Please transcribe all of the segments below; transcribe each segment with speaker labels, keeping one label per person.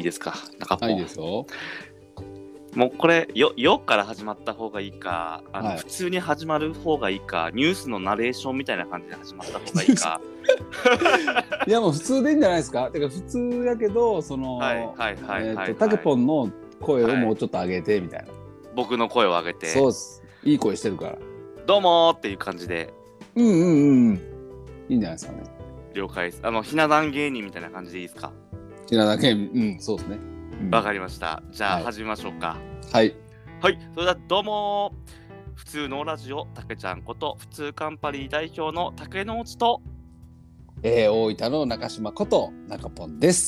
Speaker 1: いですか、中ポン。
Speaker 2: はいですよ。
Speaker 1: もうこれよから始まった方がいいか、
Speaker 2: はい
Speaker 1: 普通に始まる方がいいか、ニュースのナレーションみたいな感じで始まった方がいいか。
Speaker 2: いやもう普通でいいんじゃないですか。てか普通やけどそのタケポンの声をもうちょっと上げてみたいな。
Speaker 1: 僕の声を上げて。
Speaker 2: そうです。いい声してるから。
Speaker 1: どうもーっていう感じで。
Speaker 2: うんうんうん。いいんじゃないですかね。
Speaker 1: 了解です。ひな壇芸人みたいな感じでいいですか。
Speaker 2: ひな壇芸人、うんそうですね。
Speaker 1: わかりました。じゃあ
Speaker 2: はい
Speaker 1: 始めましょうか。
Speaker 2: はい
Speaker 1: はい、それではどうもー。普通のラジオたけちゃんこと普通カンパニー代表の竹之内と
Speaker 2: 大分の中島こと中ポンです。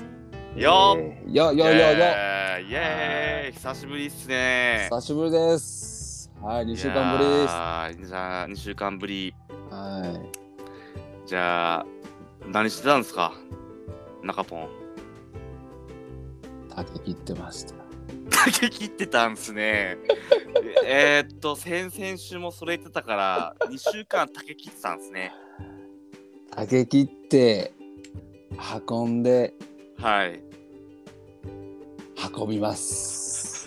Speaker 1: よ
Speaker 2: よ
Speaker 1: イエーイ久しぶりっすね。
Speaker 2: 久しぶりです。はい、2週間ぶりです。
Speaker 1: じゃあ2週間ぶり。
Speaker 2: はい。
Speaker 1: じゃあ何してたんですか中ポン。
Speaker 2: 竹切ってました。
Speaker 1: 竹切ってたんすね。先々週もそれ言ってたから2週間竹切ってたんですね。
Speaker 2: 竹切って運んで
Speaker 1: はい
Speaker 2: 運びます。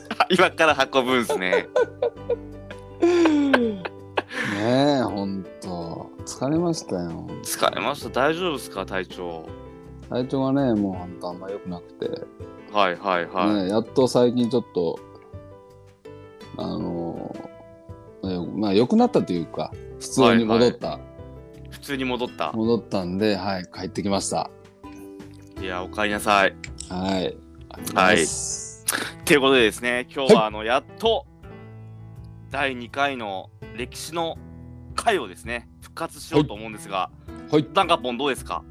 Speaker 1: 今から運ぶんすね。
Speaker 2: ねえほんと疲れましたよ。
Speaker 1: 疲れました。大丈夫ですか体調。
Speaker 2: 体調がねもうほんとあんま良くなくて、
Speaker 1: はいはいはい、
Speaker 2: ね、やっと最近ちょっとまあ良くなったというか普通に戻った、
Speaker 1: 普通に戻
Speaker 2: ったんで、はい、帰ってきました。
Speaker 1: いやお帰りなさい。
Speaker 2: はい
Speaker 1: はいということでですね、今日はやっと第2回の歴史の回をですね復活しようと思うんですが、
Speaker 2: はい
Speaker 1: ダンカポンどうですか。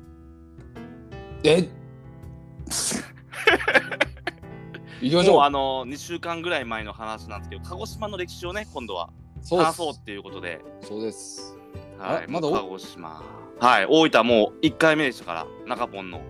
Speaker 2: 行きましょう。
Speaker 1: もう2週間ぐらい前の話なんですけど、鹿児島の歴史をね今度は話そうっていうことで。
Speaker 2: そうです。
Speaker 1: はい、
Speaker 2: まだ
Speaker 1: 鹿児島、はい、大分もう1回目でしたから中ポンの。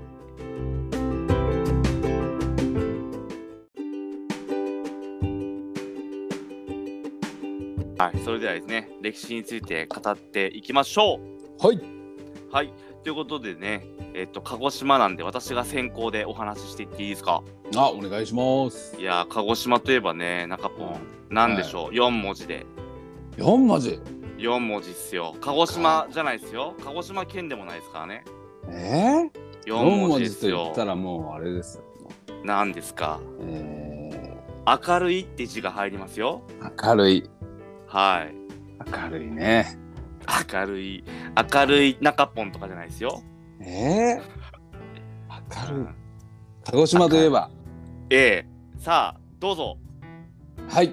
Speaker 1: はい、それではですね歴史について語っていきましょう。
Speaker 2: はい
Speaker 1: はい、ということでね鹿児島なんで私が先行でお話ししていっていいですか。
Speaker 2: お願いします。
Speaker 1: いや鹿児島といえばね中ポンなんでしょう、4文字で。
Speaker 2: 4文字
Speaker 1: 4文字っすよ。鹿児島じゃないですよ。鹿児島県でもないですからね。4文字ですよ。
Speaker 2: と言ったらもうあれですよ。
Speaker 1: 何ですか。明るいって字が入りますよ。
Speaker 2: 明るい。
Speaker 1: はい。
Speaker 2: 明るいね。
Speaker 1: 明るい中ポンとかじゃないですよ。
Speaker 2: 明るい。鹿児島といえば。
Speaker 1: さあどうぞ。
Speaker 2: はい。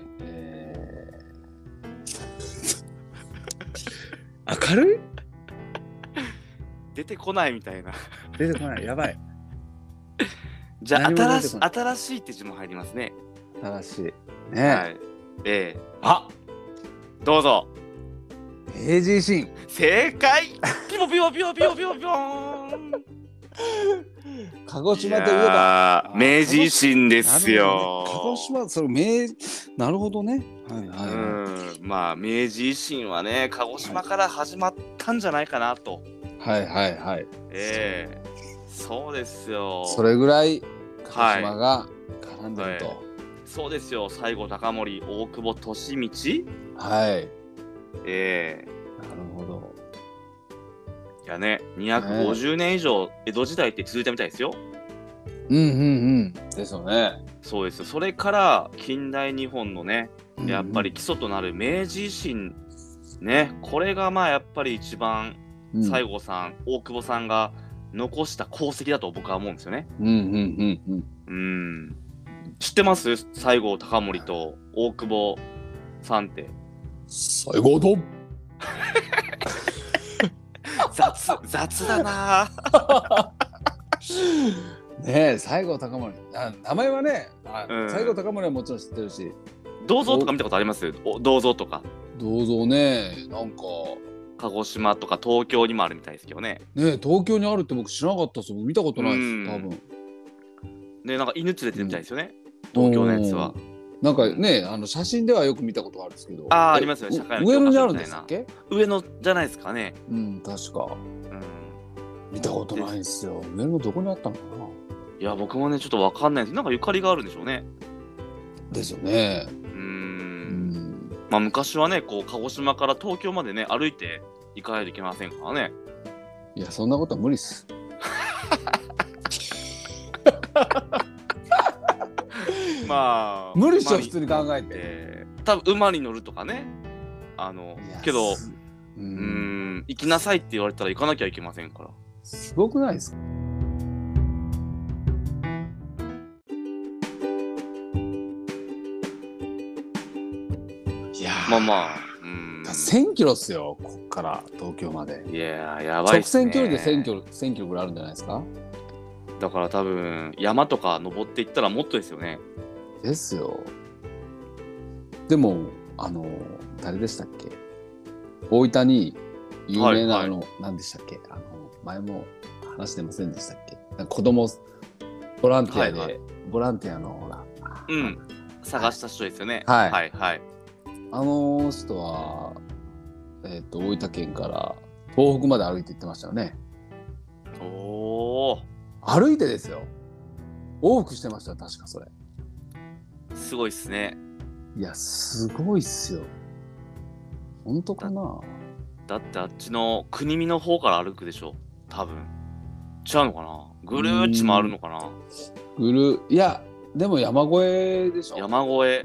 Speaker 2: 明るい？
Speaker 1: 出てこないみたいな。
Speaker 2: 出てこない。やばい。
Speaker 1: じゃあ新しいって字も入りますね。
Speaker 2: 新しい。ね。
Speaker 1: はい。どうぞ。
Speaker 2: 明治維新。
Speaker 1: 正解。ピボピボピボピボピボピボーン。
Speaker 2: 鹿児島といえば
Speaker 1: 明治維新ですよ。
Speaker 2: 鹿児島なるほどね。
Speaker 1: まあ明治維新はね鹿児島から始まったんじゃないかなと。
Speaker 2: はい。
Speaker 1: そうですよ。
Speaker 2: それぐらい鹿児島が絡んでると。
Speaker 1: そうですよ。西郷隆盛、大久保利通。
Speaker 2: はい。なるほど。
Speaker 1: いやね、250年以上江戸時代って続いたみたいですよ。
Speaker 2: ですよね。
Speaker 1: そうですよ。それから近代日本のね、やっぱり基礎となる明治維新ね、これがまあやっぱり一番西郷さん、大久保さんが残した功績だと僕は思うんですよね。知ってます？西郷隆盛と大久保さんって。
Speaker 2: 西郷どん。
Speaker 1: 雑だな。
Speaker 2: ねえ西郷隆盛名前はね、西郷隆盛はもちろん知ってるし。
Speaker 1: 銅像とか見たことあります？銅像とか。
Speaker 2: 銅像ね、なんか
Speaker 1: 鹿児島とか東京にもあるみたいですけどね。
Speaker 2: ね、東京にあるって僕知らなかったです。僕見たことないです、多分。
Speaker 1: ね、なんか犬連れてるみたいですよね、東京のやつは。
Speaker 2: なんかね、写真ではよく見たことがあるんですけど。
Speaker 1: ありますよね、社会の
Speaker 2: 上野にあるんですっけ？
Speaker 1: 上野じゃないですかね。
Speaker 2: 確か。見たことないんですよ。上野どこにあったのかな。
Speaker 1: いや僕もねちょっとわかんないです。なんかゆかりがあるんでしょうね。
Speaker 2: ですよね。
Speaker 1: まあ昔はねこう鹿児島から東京までね歩いて行かないといけませんからね。
Speaker 2: いやそんなことは無理っす。
Speaker 1: まあ
Speaker 2: 無理っしょ普通に考えて。
Speaker 1: 多分馬に乗るとかね。けど行きなさいって言われたら行かなきゃいけませんから。
Speaker 2: すごくないですか。いや
Speaker 1: まあまあ
Speaker 2: 1000キロっすよこっから東京まで。
Speaker 1: いややばいっすね。
Speaker 2: 直線距離で1000キロぐらいあるんじゃないですか。
Speaker 1: だから多分山とか登っていったらもっとですよね。
Speaker 2: ですよ。でも誰でしたっけ、大分に有名な何でしたっけ、前も話してませんでしたっけ、なんか子供ボランティアで、ボランティアのほら
Speaker 1: 探した人ですよね。
Speaker 2: はい
Speaker 1: はいはい。
Speaker 2: あの人は大分県から東北まで歩いて行ってましたよね。
Speaker 1: おお。
Speaker 2: 歩いてですよ。往復してましたよ確かそれ。
Speaker 1: すごいっすね。
Speaker 2: いやすごいっすよ。本当かな。
Speaker 1: だってあっちの国見の方から歩くでしょ多分。違うのかな。ぐるーっち回るのかな。
Speaker 2: いやでも山越えでしょ。
Speaker 1: 山越え。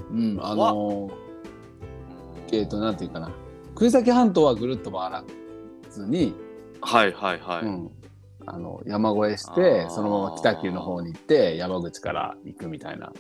Speaker 2: なんていうかな、国東半島はぐるっと回らずに、
Speaker 1: はいはいはい、
Speaker 2: 山越えしてそのまま北九の方に行って山口から行くみたいな。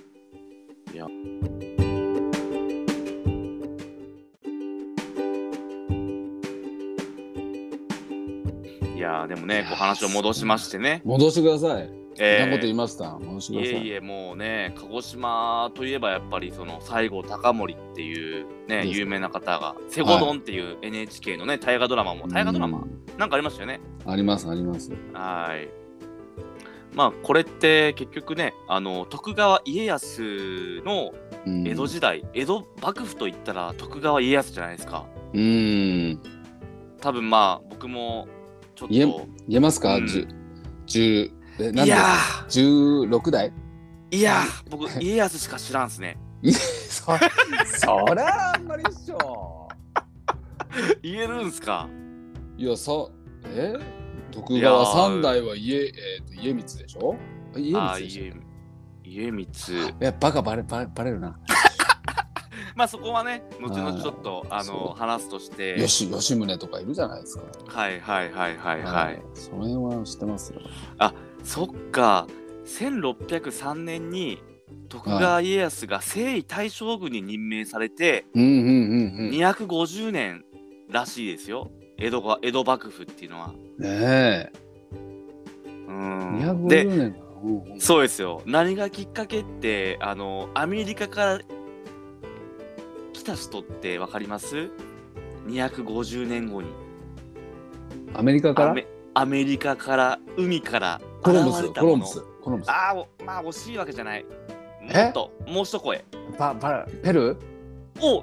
Speaker 1: いやでもねこう話を戻しましてね。
Speaker 2: 戻してください。そんなこと言いました。戻してください。
Speaker 1: いえもうね鹿児島といえばやっぱりその西郷隆盛っていうね有名な方が「西郷どん」っていう NHK のね大河ドラマも大河ドラマなんかありましたよね。
Speaker 2: ありますあります。
Speaker 1: はい。まあこれって結局ね徳川家康の江戸時代、江戸幕府といったら徳川家康じゃないですか。多分まあ僕もちょっと
Speaker 2: 言えますか。いや16代。
Speaker 1: いや僕家康しか知らんすね。
Speaker 2: そりゃあんまりっしょ。
Speaker 1: 言えるんすか。
Speaker 2: いや徳川三代は家光でしょ。家光でしょ。
Speaker 1: 家光。
Speaker 2: いやバカバレるな。
Speaker 1: まあそこはね後々ちょっと話すとして。
Speaker 2: 吉宗とかいるじゃないですか。
Speaker 1: はいはいはいはいはい。
Speaker 2: その辺は知ってますよ。
Speaker 1: あ、そっか。1603年に徳川家康が征夷大将軍に任命されて250年らしいですよ。江戸幕府っていうのは。
Speaker 2: ねえ。250年だ。
Speaker 1: そうですよ。何がきっかけってアメリカから来た人ってわかります？ 250 年後に。
Speaker 2: アメリカから
Speaker 1: 海から
Speaker 2: コロンブス。
Speaker 1: まあ惜しいわけじゃない。もう一声。
Speaker 2: ペル
Speaker 1: ー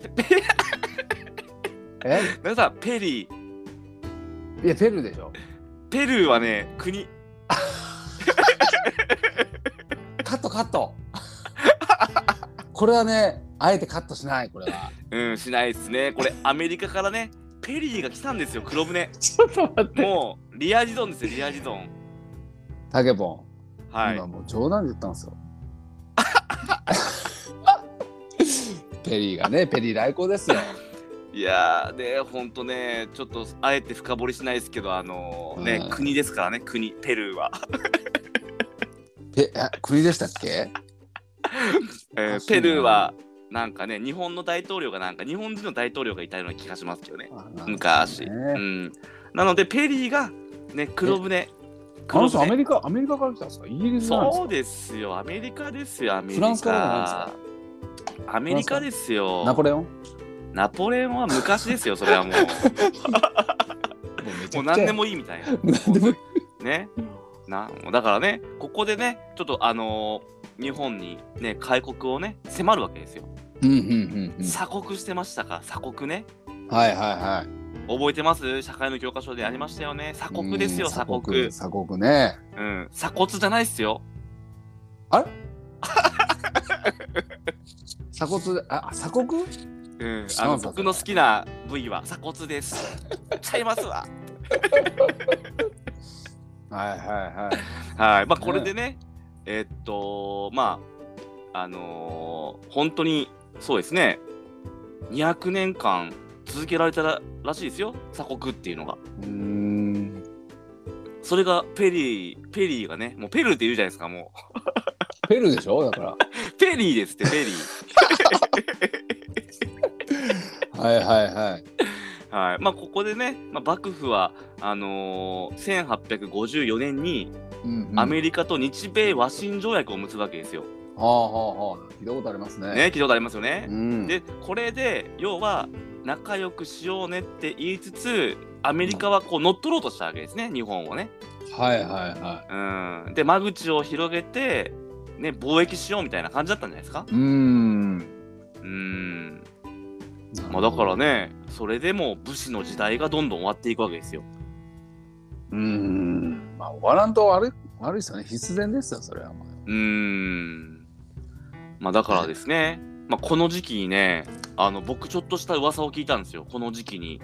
Speaker 1: 皆さんペリ
Speaker 2: ー。いやペルーでしょ。
Speaker 1: ペルーはね国。
Speaker 2: カットこれはねあえてカットしない。これは
Speaker 1: しないですね。これアメリカからねペリーが来たんですよ。黒船。
Speaker 2: ちょっと待って。
Speaker 1: もうリアジドンですよ。リアジドン。
Speaker 2: タケポン。
Speaker 1: はい。
Speaker 2: 今もう冗談で言ったんですよ。ペリーがねペリー来航ですよ。
Speaker 1: いやでほんとねちょっとあえて深掘りしないですけど国ですからね。国ペルーは。
Speaker 2: 国でしたっけ？
Speaker 1: ペルーはなんかね日本の大統領が日本人の大統領がいたような気がしますけどね昔。なのでペリーがね黒船。
Speaker 2: アメリカから来たんですか？イギリスなんですか？
Speaker 1: そうですよ。アメリカですよ。
Speaker 2: フランスからなんです
Speaker 1: か？アメリカですよ。
Speaker 2: ナポレオン
Speaker 1: は昔ですよ。それはもうもう何でもいいみたいな。ね。だからねここでねちょっと日本にね開国をね迫るわけですよ。鎖国してましたか？鎖国ね。
Speaker 2: はいはいはい。
Speaker 1: 覚えてます？社会の教科書でありましたよね。鎖国ですよ。鎖国
Speaker 2: ね。
Speaker 1: 鎖骨じゃないっすよ。
Speaker 2: あれ鎖骨で、鎖国？
Speaker 1: 僕の好きな部位は鎖骨です。ちゃいますわ。
Speaker 2: はいはいはい。
Speaker 1: はい、まあこれでね、まあ本当にそうですね、200年間続けられたらしいですよ、鎖国っていうのが。それがペリーがね、もうペルーって言うじゃないですか、も
Speaker 2: う。ペルーでしょだから。
Speaker 1: ペリーですって、ペリ
Speaker 2: ー。はいはいはい。
Speaker 1: はい、まあここでね、幕府は1854年にアメリカと日米和親条約を結ぶわけですよ。
Speaker 2: 聞いたことありますね。
Speaker 1: 聞いたことありますよね。でこれで要は仲良くしようねって言いつつ、アメリカはこう乗っ取ろうとしたわけですね、日本をね。
Speaker 2: はいはいはい。
Speaker 1: で間口を広げて、ね、貿易しようみたいな感じだったんじゃないですか。まあだからね、それでも武士の時代がどんどん終わっていくわけですよ。
Speaker 2: まあ終わらんと悪いですよね。必然ですよ、それは。
Speaker 1: まあだからですね、まあこの時期にね、僕ちょっとした噂を聞いたんですよ、この時期に。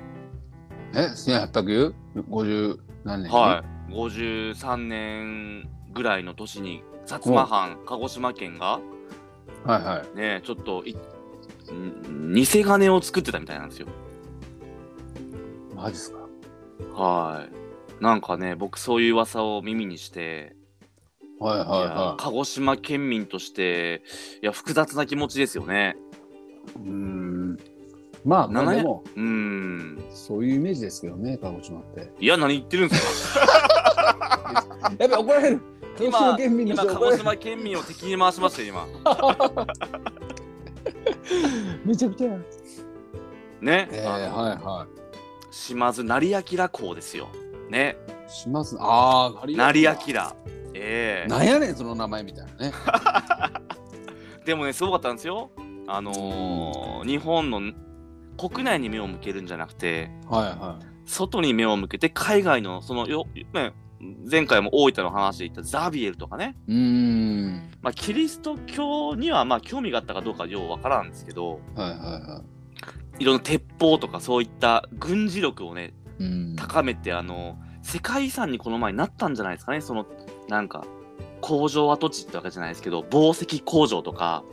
Speaker 2: 1850何年に？
Speaker 1: はい、53年ぐらいの年に薩摩藩鹿児島県が
Speaker 2: はいはい
Speaker 1: ね、ちょっと偽金を作ってたみたいなんですよ。
Speaker 2: マジっすか？
Speaker 1: はい。なんかね、僕そういう噂を耳にして、鹿児島県民として複雑な気持ちですよね。
Speaker 2: まあでもそういうイメージですけどね、鹿児島って。
Speaker 1: いや、何言ってるんですか？
Speaker 2: やっぱ怒られる。
Speaker 1: 今鹿児島県民を敵に回しましたよ今。
Speaker 2: めちゃくちゃ
Speaker 1: ね。
Speaker 2: はいはい。
Speaker 1: 島津成明公ですよね。
Speaker 2: 島津
Speaker 1: 成明。
Speaker 2: なんやねんその名前みたいなね。
Speaker 1: でもね、すごかったんですよ。日本の国内に目を向けるんじゃなくて、外に目を向けて海外のその前回も大分の話で言ったザビエルとかね、まあ、キリスト教にはまあ興味があったかどうかようわからんですけど、いろんな鉄砲とかそういった軍事力をね、高めて世界遺産にこの前なったんじゃないですかね。そのなんか工場跡地ってわけじゃないですけど、紡績工場とか、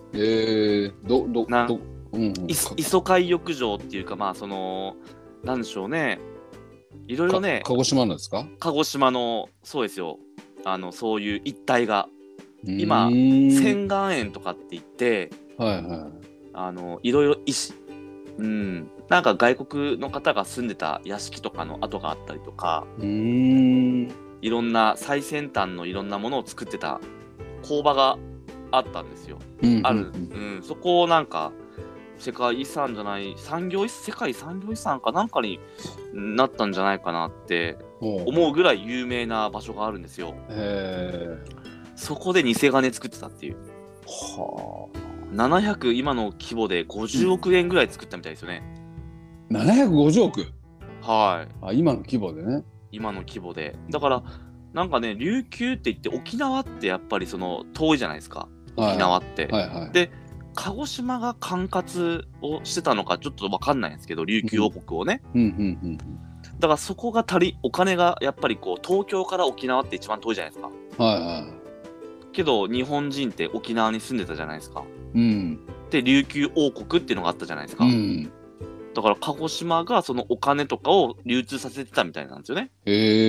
Speaker 1: 磯海浴場っていうか、まあそのなんでしょうね、いろいろね。
Speaker 2: 鹿児島なんですか？
Speaker 1: 鹿児島のそうですよ、そういう一帯が今仙岩園とかって言って、いろいろなんか外国の方が住んでた屋敷とかの跡があったりとか、いろんな最先端のいろんなものを作ってた工場があったんですよ。そこをなんか世界遺産じゃない世界産業遺産かなんかになったんじゃないかなって思うぐらい有名な場所があるんですよ。そこで偽金作ってたっていう。700今の規模で50億円ぐらい作ったみたいですよね。
Speaker 2: 750億？
Speaker 1: はい。
Speaker 2: 今の規模でね。
Speaker 1: 今の規模で。だからなんかね、琉球って言って沖縄ってやっぱりその遠いじゃないですか、沖縄って。で鹿児島が管轄をしてたのかちょっと分かんないんですけど、琉球王国をね。だからそこがお金がやっぱりこう東京から沖縄って一番遠いじゃないですか。けど日本人って沖縄に住んでたじゃないですか。で琉球王国っていうのがあったじゃないですか。だから鹿児島がそのお金とかを流通させてたみたいなんですよね。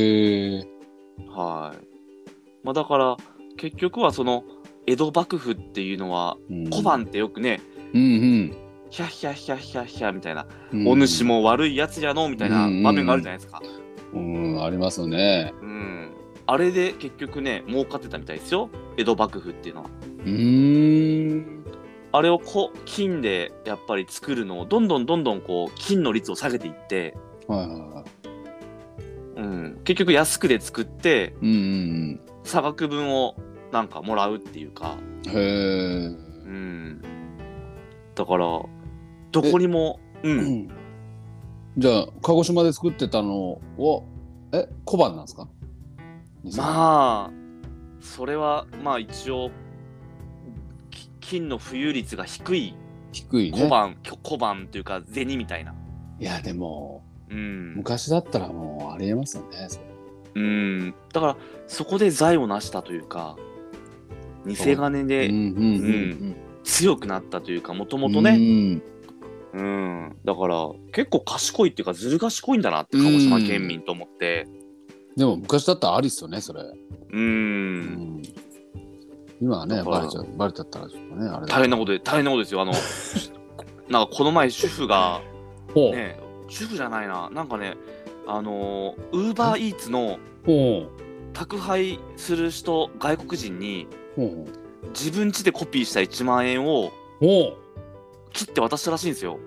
Speaker 1: はい。まあだから結局はその江戸幕府っていうのは小判ってよくね、ヒャッヒャッヒャッヒャッヒャみたいな、お主も悪いやつやのみたいな場面があるじゃないですか。
Speaker 2: ありますよね。
Speaker 1: あれで結局ね儲かってたみたいですよ、江戸幕府っていうのは。あれを金でやっぱり作るのをどんどんこう金の率を下げていって、結局安くで作って、差額分をなんかもらうっていうか。だからどこにも
Speaker 2: じゃあ鹿児島で作ってたのを小判なんですか？
Speaker 1: まあそれはまあ一応金の浮遊率が低い
Speaker 2: 低いね。
Speaker 1: 小判というか銭みたいな。
Speaker 2: いやでも、
Speaker 1: うん、
Speaker 2: 昔だったらもうありえますよね。
Speaker 1: だからそこで財を成したというか、偽金で強くなったというか、もともとね、だから結構賢いっていうかずる賢いんだなって、鹿児島県民と思って。
Speaker 2: でも昔だったらありっすよね、それ。今はね、バレちゃったらちょっとね、あれ
Speaker 1: 大変なことですよ。なんかこの前主婦がね、主婦じゃないな、なんかね、ウーバーイーツの宅配する人、外国人に自分家でコピーした1万円を切って渡したらしいんですよ。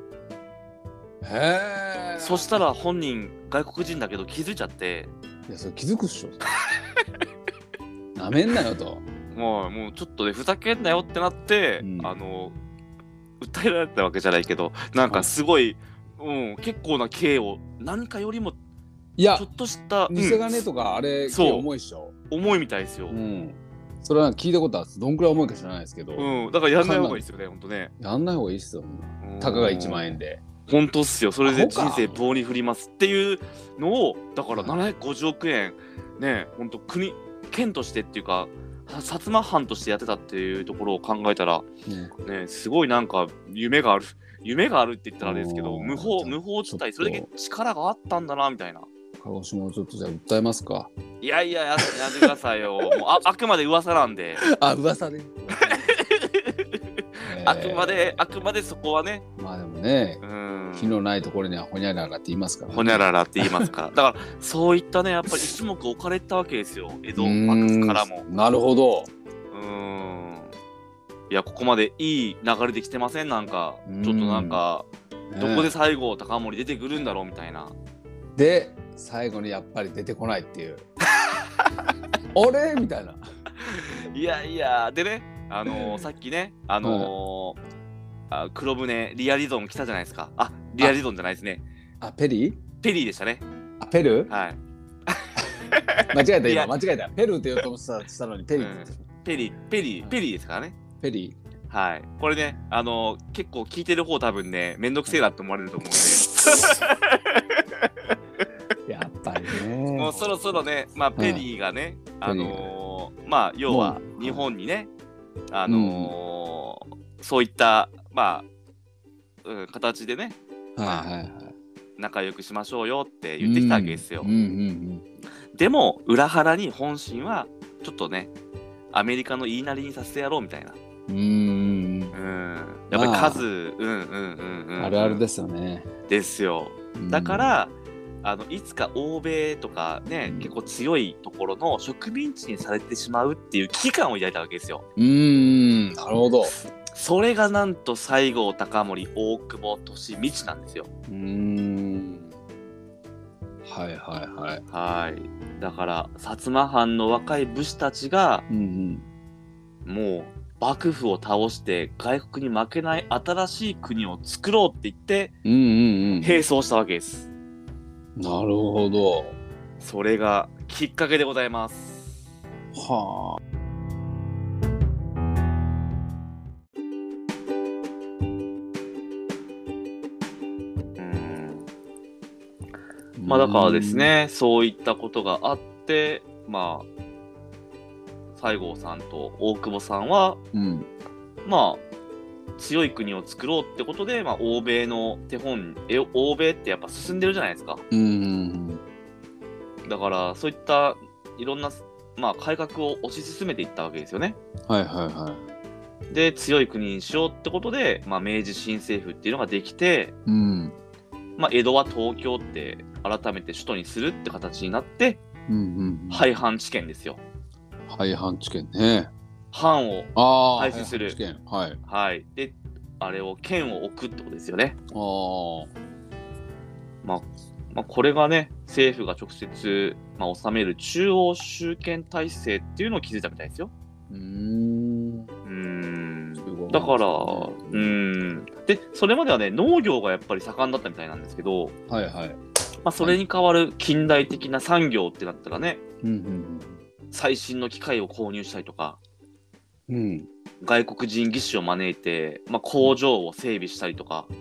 Speaker 2: へえ。
Speaker 1: そしたら本人外国人だけど気づいちゃって。
Speaker 2: いや、それ気づくっしょ。なめんなよと。
Speaker 1: もうちょっとね、ふざけんなよってなって、訴えられたわけじゃないけど、なんかすごい、結構な刑を、何かよりもちょっとした
Speaker 2: 偽金とかあれ、重いっしょ。
Speaker 1: 重いみたいですよ。
Speaker 2: それは聞いたことある。どんくらい重いか知らないですけど、
Speaker 1: だからやんない方がいいですよね、ほんとね。
Speaker 2: やんない方がいいっすよ。たかが1万円で。
Speaker 1: ほんとっすよ。それで人生棒に振りますっていうのを、だから750億円ね、ほんと県としてっていうか、薩摩藩としてやってたっていうところを考えたら、ね、すごいなんか夢があるって言ったらあれですけど、無法地帯、それだけ力があったんだなみたいな。
Speaker 2: 鹿児島をちょっとじゃあ訴えますか。
Speaker 1: いややってくださいよ。もうあくまで噂なんで。
Speaker 2: 噂で。
Speaker 1: あくまでそこはね。
Speaker 2: まあでもね、火のないところにはホニャララって言いますからね。
Speaker 1: ホニャララって言いますか。だからそういったね、やっぱり一目置かれたわけですよ、江戸幕府からも。
Speaker 2: なるほど。
Speaker 1: いや、ここまでいい流れできてません？なんかちょっとなんか、どこで最後高森出てくるんだろうみたいな。
Speaker 2: で最後にやっぱり出てこないっていう。あれみたいな。
Speaker 1: いやでね、さっきね、黒船リアリゾン来たじゃないですか。リアリゾンじゃないですね。
Speaker 2: ペリ
Speaker 1: ーでしたね。
Speaker 2: ペル？
Speaker 1: はい。
Speaker 2: 間違えた。ペルって言おうとしたのにペリ。
Speaker 1: ペリーですからね。
Speaker 2: ペリ
Speaker 1: ー。はい。これね、結構聞いてる方多分ね、めんどくせえなって思われると思うんで。
Speaker 2: やっぱりね。
Speaker 1: もうそろそろね、ペリーがね、要は日本にね、そういった形でね、仲良くしましょうよって言ってきたわけですよ。でも裏腹に本心はちょっとね、アメリカの言いなりにさせてやろうみたいな。やっぱり数、
Speaker 2: あるあるですよね。
Speaker 1: ですよ。だからいつか欧米とかね、結構強いところの植民地にされてしまうっていう危機感を抱いたわけですよ。
Speaker 2: なるほど。
Speaker 1: それがなんと西郷隆盛、大久保利通なんですよ。はい。だから薩摩藩の若い武士たちが、もう幕府を倒して外国に負けない新しい国を作ろうって言って並走したわけです。
Speaker 2: なるほど。
Speaker 1: それがきっかけでございます。
Speaker 2: はあ。
Speaker 1: だからですね、そういったことがあって、西郷さんと大久保さんは、強い国を作ろうってことで、欧米の手本、欧米ってやっぱ進んでるじゃないですか。だからそういったいろんな、改革を推し進めていったわけですよね。で、強い国にしようってことで、明治新政府っていうのができて、江戸は東京って改めて首都にするって形になって、廃藩置県ですよ。
Speaker 2: 廃藩置県ね。
Speaker 1: 藩を廃止する。で、あれを県を置くってことですよね。これがね、政府が直接、治める中央集権体制っていうのを築いたみたいですよ。だからでそれまではね、農業がやっぱり盛んだったみたいなんですけど、それに代わる近代的な産業ってなったらね、最新の機械を購入したりとか、 外国人技師を招いて、まあ、工場を整備したりとか、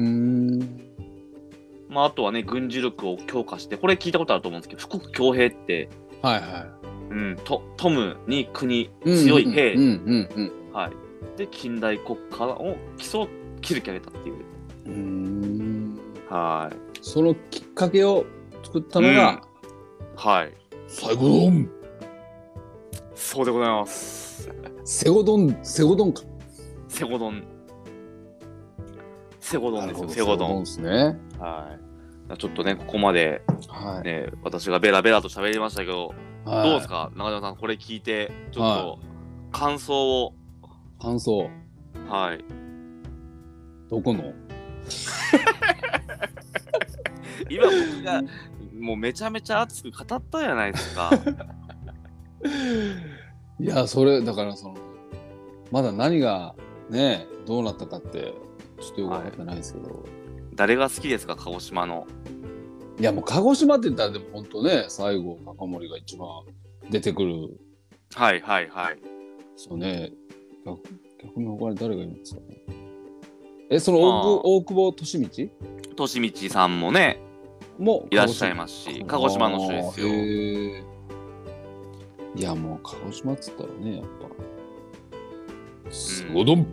Speaker 1: まあ、あとはね軍事力を強化して、これ聞いたことあると思うんですけど、富国強兵って、
Speaker 2: はいは
Speaker 1: トムに国強い兵、
Speaker 2: い。
Speaker 1: はい、で近代国家を基礎を築き上げたっていう。はい。
Speaker 2: そのきっかけを作ったのが、
Speaker 1: はい。
Speaker 2: 西郷どん。
Speaker 1: そうでございます。
Speaker 2: セゴドンか。
Speaker 1: セゴドン。セゴドンですよ、セゴドン
Speaker 2: ですね。
Speaker 1: はい。ちょっとね、ここまで、
Speaker 2: はい。
Speaker 1: ね、私がベラベラと喋りましたけど、
Speaker 2: はい、
Speaker 1: どうですか、中島さん、これ聞いて、ちょっと感想を。
Speaker 2: 感想。
Speaker 1: はい。
Speaker 2: どこの
Speaker 1: 今僕がもうめちゃめちゃ熱く語ったじゃないですか。
Speaker 2: いや、それだからまだ何がねどうなったかってちょっとよく分かってないですけど、
Speaker 1: 誰が好きですか、鹿児島の。
Speaker 2: いやもう鹿児島って言ったらでも本当ね、西郷隆盛が一番出てくる。
Speaker 1: はいはいはい。
Speaker 2: そうね。逆に他に誰がいるんですかね。その大久保利通？
Speaker 1: 利通さんもね
Speaker 2: も
Speaker 1: いらっしゃいますし、鹿児島の人ですよ。
Speaker 2: いやもう鹿児島っつったらね、やっぱすごどん。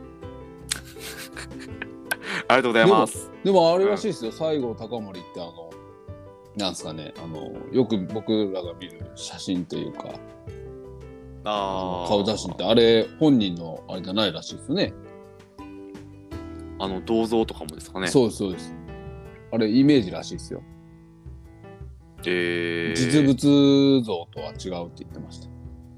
Speaker 1: ありがとうございます。
Speaker 2: でもあれらしいですよ、西郷隆盛ってなんですかね、よく僕らが見る写真というか、顔写真ってあれ本人のあれじゃないらしいですよね。
Speaker 1: 銅像とかもですかね。
Speaker 2: そうですそうです。あれイメージらしいですよ。実物像とは違うって言ってました。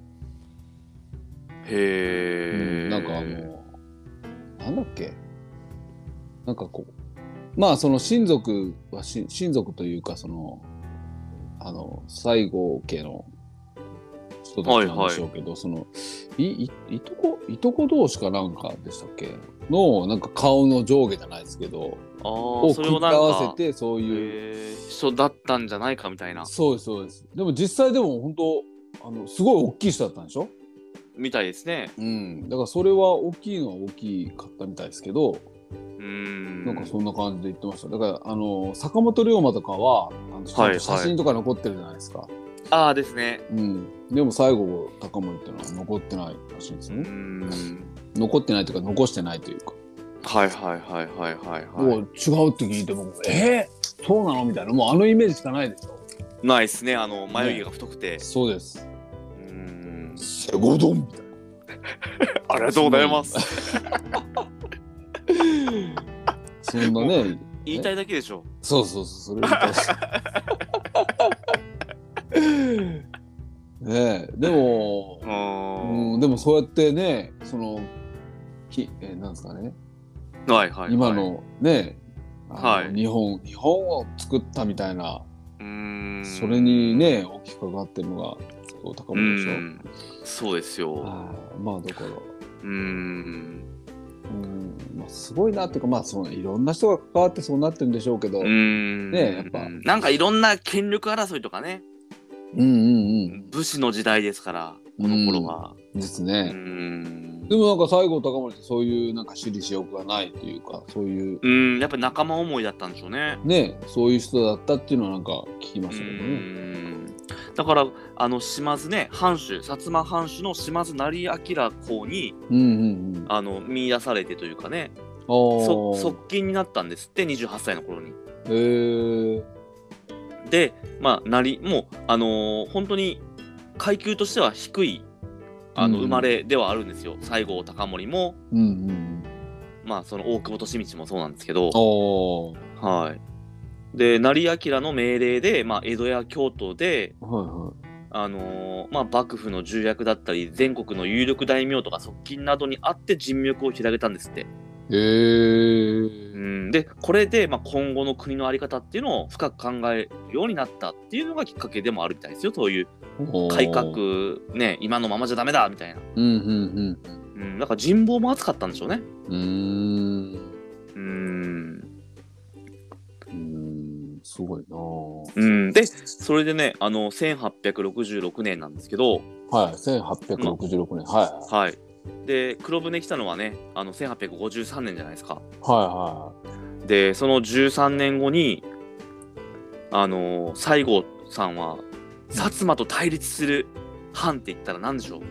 Speaker 2: なんかなんだっけ、なんかこう、まあその親族というか、西郷家の人たちなんでしょうけど、いとこ同士かなんかでしたっけの、なんか顔の上下じゃないですけど、を組み合わせてそういう
Speaker 1: 人だったんじゃないかみたいな。
Speaker 2: そうですそうです。でも実際でも本当すごい大きい人だったんでしょ
Speaker 1: みたいですね。
Speaker 2: だからそれは大きいのは大きかったみたいですけど、なんかそんな感じで言ってました。だから坂本龍馬とかは写真とか残ってるじゃないですか。
Speaker 1: ああですね。
Speaker 2: でも西郷隆盛っていうのは残ってないらしいんですよね。残ってないというか残してないというか。
Speaker 1: はいはいはいはいはい。
Speaker 2: 違うって聞いてもそうなのみたいな、もうイメージしかないでしょ。
Speaker 1: ないっすね、眉毛が太くて。
Speaker 2: そうです。セゴドンみたいな。
Speaker 1: ありがとうございます。
Speaker 2: そんなね。
Speaker 1: 言いたいだけでしょ。
Speaker 2: そうそれ言いたいし。ねえ、でもそうやってね、なんですかね。
Speaker 1: はいはい。
Speaker 2: 今のね、日本を作ったみたいな。それにね大きく関わってるのが高森でしょ。
Speaker 1: そうですよ。
Speaker 2: まあだからまあすごいなっていうか、まあいろんな人が関わってそうなってるんでしょうけど、ね、やっぱ
Speaker 1: なんかいろんな権力争いとかね、武士の時代ですから、この頃は
Speaker 2: ですね。でもなんか西郷隆盛ってそういうなんか私利私欲がないというか、そういう
Speaker 1: やっぱり仲間思いだったんでしょうね。
Speaker 2: そういう人だったっていうのはなんか聞きましたけどね。
Speaker 1: だから島津ね、薩摩藩主の島津成明公に見出されてというかね、側近になったんですって、28歳の頃に。でもう本当に階級としては低い生まれではあるんですよ。西郷隆盛も、まあその大久保利通もそうなんですけど、はい。で成明の命令で、江戸や京都で、幕府の重役だったり全国の有力大名とか側近などに会って人脈を広げたんですって。でこれで、今後の国の在り方っていうのを深く考えるようになったっていうのがきっかけでもあるみたいですよ。そういう改革ね、今のままじゃダメだみたいな。だから人望も厚かったんでしょうね。
Speaker 2: すごいな。
Speaker 1: でそれでね、1866年なんですけど、
Speaker 2: 1866年、はい。
Speaker 1: で黒船来たのはね1853年じゃないですか。
Speaker 2: は
Speaker 1: でその13年後に西郷さんは薩摩と対立する藩って言ったら何でしょう？
Speaker 2: い。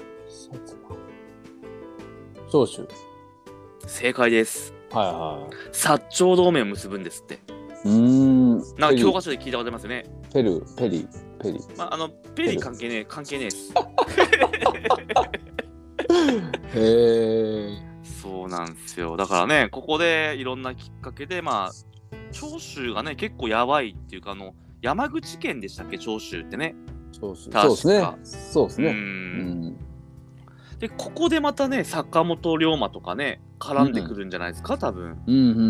Speaker 2: 長州。
Speaker 1: 正解です。
Speaker 2: は
Speaker 1: 薩長同盟を結ぶんですって。
Speaker 2: い。
Speaker 1: なんか教科書で聞いたことありますよね。
Speaker 2: ペリ。
Speaker 1: まあペリー関係ねえです。
Speaker 2: へえ。
Speaker 1: そうなんですよ。だからね、ここでいろんなきっかけで、まあ、長州がね、結構やばいっていうか、山口県でしたっけ、長州ってね。
Speaker 2: 長州。
Speaker 1: 確か
Speaker 2: そうですね。
Speaker 1: で、ここでまたね、坂本龍馬とかね、絡んでくるんじゃないですか、多分。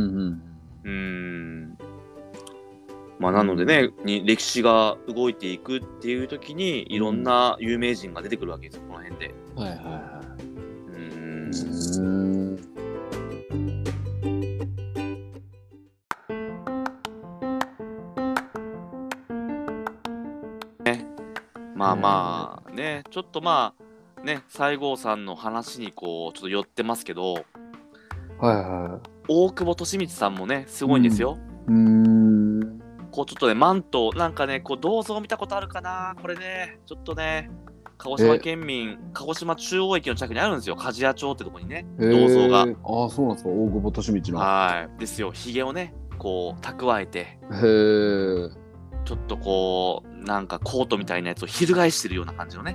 Speaker 1: まあ、なのでね、歴史が動いていくっていう時に、いろんな有名人が出てくるわけですよ、この辺で。
Speaker 2: はいはいはい。
Speaker 1: まあね、ちょっとまあね、西郷さんの話にこうちょっと寄ってますけど、大久保利通さんもねすごいんですよ。こうちょっとねマントなんかねこう銅像見たことあるかな、これねちょっとね鹿児島県民鹿児島中央駅の近くにあるんですよ、鍛冶屋町ってとこにね銅像が。
Speaker 2: ああそうなんですか、大久保利通の。
Speaker 1: はいですよ、ひげをねこう蓄えて、ちょっとこうなんかコートみたいなやつを翻してるような感じのね。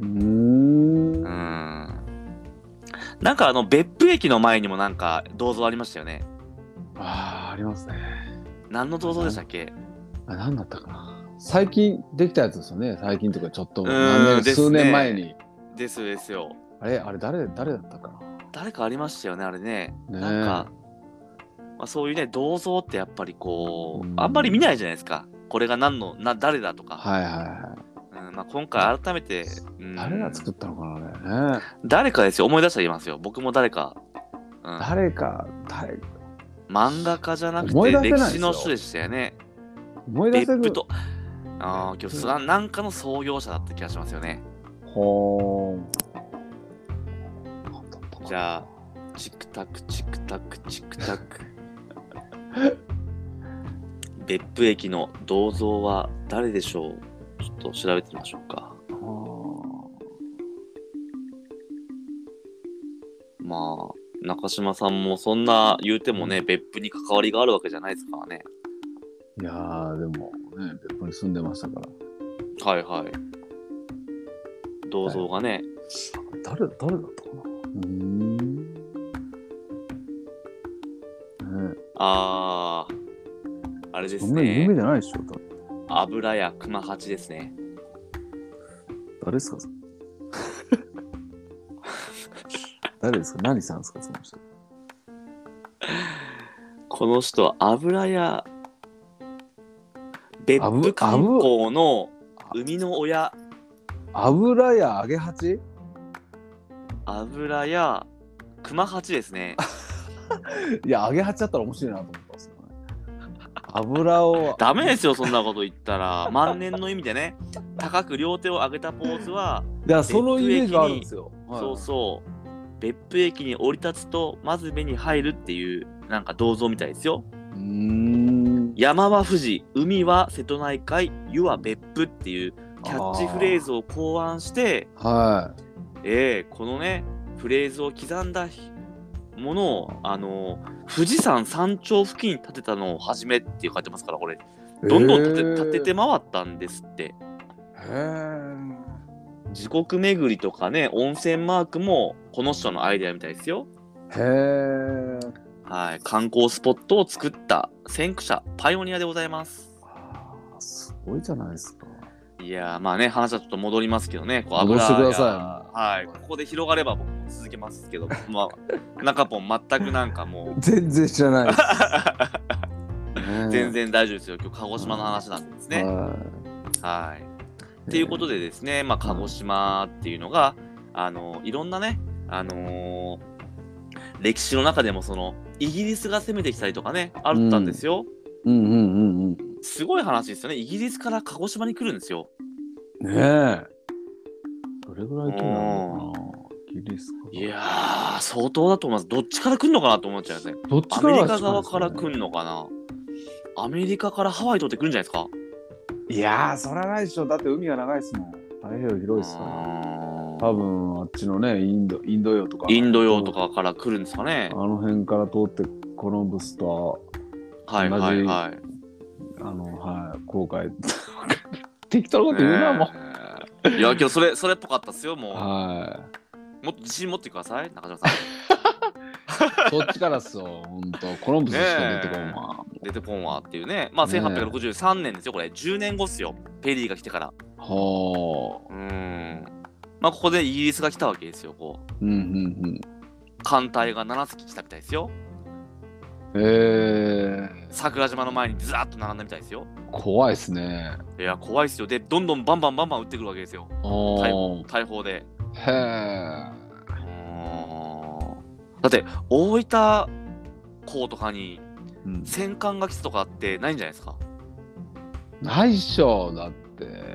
Speaker 1: なんか別府駅の前にもなんか銅像ありましたよね。
Speaker 2: ありますね。
Speaker 1: 何の銅像でしたっけ？
Speaker 2: 何だったかな。最近できたやつですよね。最近とかちょっと数年前に。
Speaker 1: ですよ。
Speaker 2: あれ誰だったかな。
Speaker 1: 誰かありましたよねあれね。なんか、まあ、そういうね銅像ってやっぱりこうあんまり見ないじゃないですか。これが誰だとか。まあ、今回改めて、
Speaker 2: 誰が作ったのかなね。
Speaker 1: 誰かですよ、思い出してあげますよ。僕も誰か。
Speaker 2: 誰
Speaker 1: 漫画家じゃなくて歴史の人でしたよね。別府と今日なんかの創業者だった気がしますよね。じゃあチクタクチクタクチクタク別府駅の銅像は誰でしょう？ちょっと調べてみましょうか。まあ中島さんもそんな言うてもね、別府に関わりがあるわけじゃないですからね。
Speaker 2: いやーでもね別府に住んでましたから。
Speaker 1: はいはい。銅像がね。
Speaker 2: 誰だったかな。
Speaker 1: あれですね。
Speaker 2: そんな有名じゃないでしょ。
Speaker 1: 油屋熊八ですね。
Speaker 2: 誰ですか？誰ですか？何さんですかその人。
Speaker 1: この人は油屋別府観光の生みの親。
Speaker 2: 油屋揚げ八？
Speaker 1: 油屋熊八ですね。
Speaker 2: いや揚げ八だったら面白いなと思ったんですよね。油を
Speaker 1: ダメですよそんなこと言ったら。万年の意味でね、高く両手を上げたポーズは、
Speaker 2: いやそのイメージがあるんですよ。
Speaker 1: そうそう別府駅に降り立つとまず目に入るっていうなんか銅像みたいですよ。山は富士、海は瀬戸内海、湯は別府っていうキャッチフレーズを考案して、このねフレーズを刻んだものを富士山山頂付近に建てたのを初めって書いてますから、これどんどん建てて回ったんですって。時刻巡りとかね温泉マークもこの人のアイデアみたいですよ。はい、観光スポットを作った先駆者パイオニアでございます。
Speaker 2: すごいじゃないですか。
Speaker 1: いやまあね話はちょっと戻りますけどね、こう
Speaker 2: 戻してくださ
Speaker 1: い。はい、ここで広がれば僕も続けますけど、まあ中ポン全くなんかもう
Speaker 2: 全然知らないです。
Speaker 1: 全然大丈夫ですよ。今日鹿児島の話なんですね。はい。っていうことでですね、まあ鹿児島っていうのがいろんなね歴史の中でもそのイギリスが攻めてきたりとかねあったんですよ。すごい話ですよね。イギリスから鹿児島に来るんですよ。
Speaker 2: ねえ。どれぐらい来るのかな。イギギリスか。
Speaker 1: いやー、相当だと思います。どっちから来るのかなと思っちゃうんですね。
Speaker 2: どっち
Speaker 1: アメリカ側から来るのかな。アメリカからハワイ通ってくるんじゃないですか。
Speaker 2: いやー、そらないでしょ。だって海が長いですもん。太平洋広いですから。多分あっちのね、インド洋とか。
Speaker 1: インド洋とかから来るんですかね。
Speaker 2: あの辺から通ってコロンブスと
Speaker 1: はいはいはい。
Speaker 2: 航海。適当なこと言うな、もう。
Speaker 1: いや、今日それっぽかったっすよ、もう。
Speaker 2: は
Speaker 1: もっと自信持ってください、中島さん。
Speaker 2: そっちからっすよ、ほんと。コロンブスしか出てこんわ。
Speaker 1: 出てこんわっていうね。まあ、1863年ですよ、これ。10年後っすよ。ペリーが来てから。
Speaker 2: はあ。
Speaker 1: まあ、ここでイギリスが来たわけですよ、こう。
Speaker 2: うん
Speaker 1: 艦隊が7隻来たみたいですよ。桜島の前にずらっと並んだみたいですよ。
Speaker 2: 怖いっすね。
Speaker 1: いや、怖いっすよ。で、どんどんバンバン撃ってくるわけですよ。大砲で。
Speaker 2: へえ。
Speaker 1: だって、大分港とかに戦艦が来たとかってないんじゃないですか。
Speaker 2: ないっしょ、だって。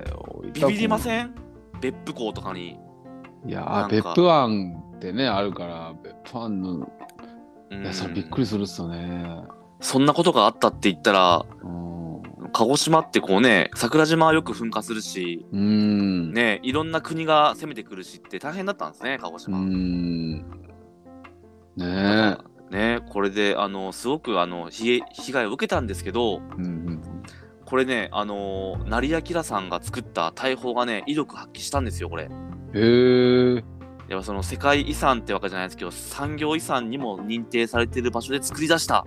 Speaker 1: ビビりません？別府港とかに。
Speaker 2: いや、別府湾ってね、あるから、別府湾の。いや、それびっくりするっすよね。
Speaker 1: そんなことがあったって言ったら、鹿児島ってこうね、桜島はよく噴火するし、ね、いろんな国が攻めてくるしって大変だったんですね、鹿児島。ねえ、これですごく被害を受けたんですけど、これね、成明さんが作った大砲がね、威力発揮したんですよ、これ。
Speaker 2: へえ。
Speaker 1: やっぱその世界遺産ってわけじゃないですけど、産業遺産にも認定されている場所で作り出した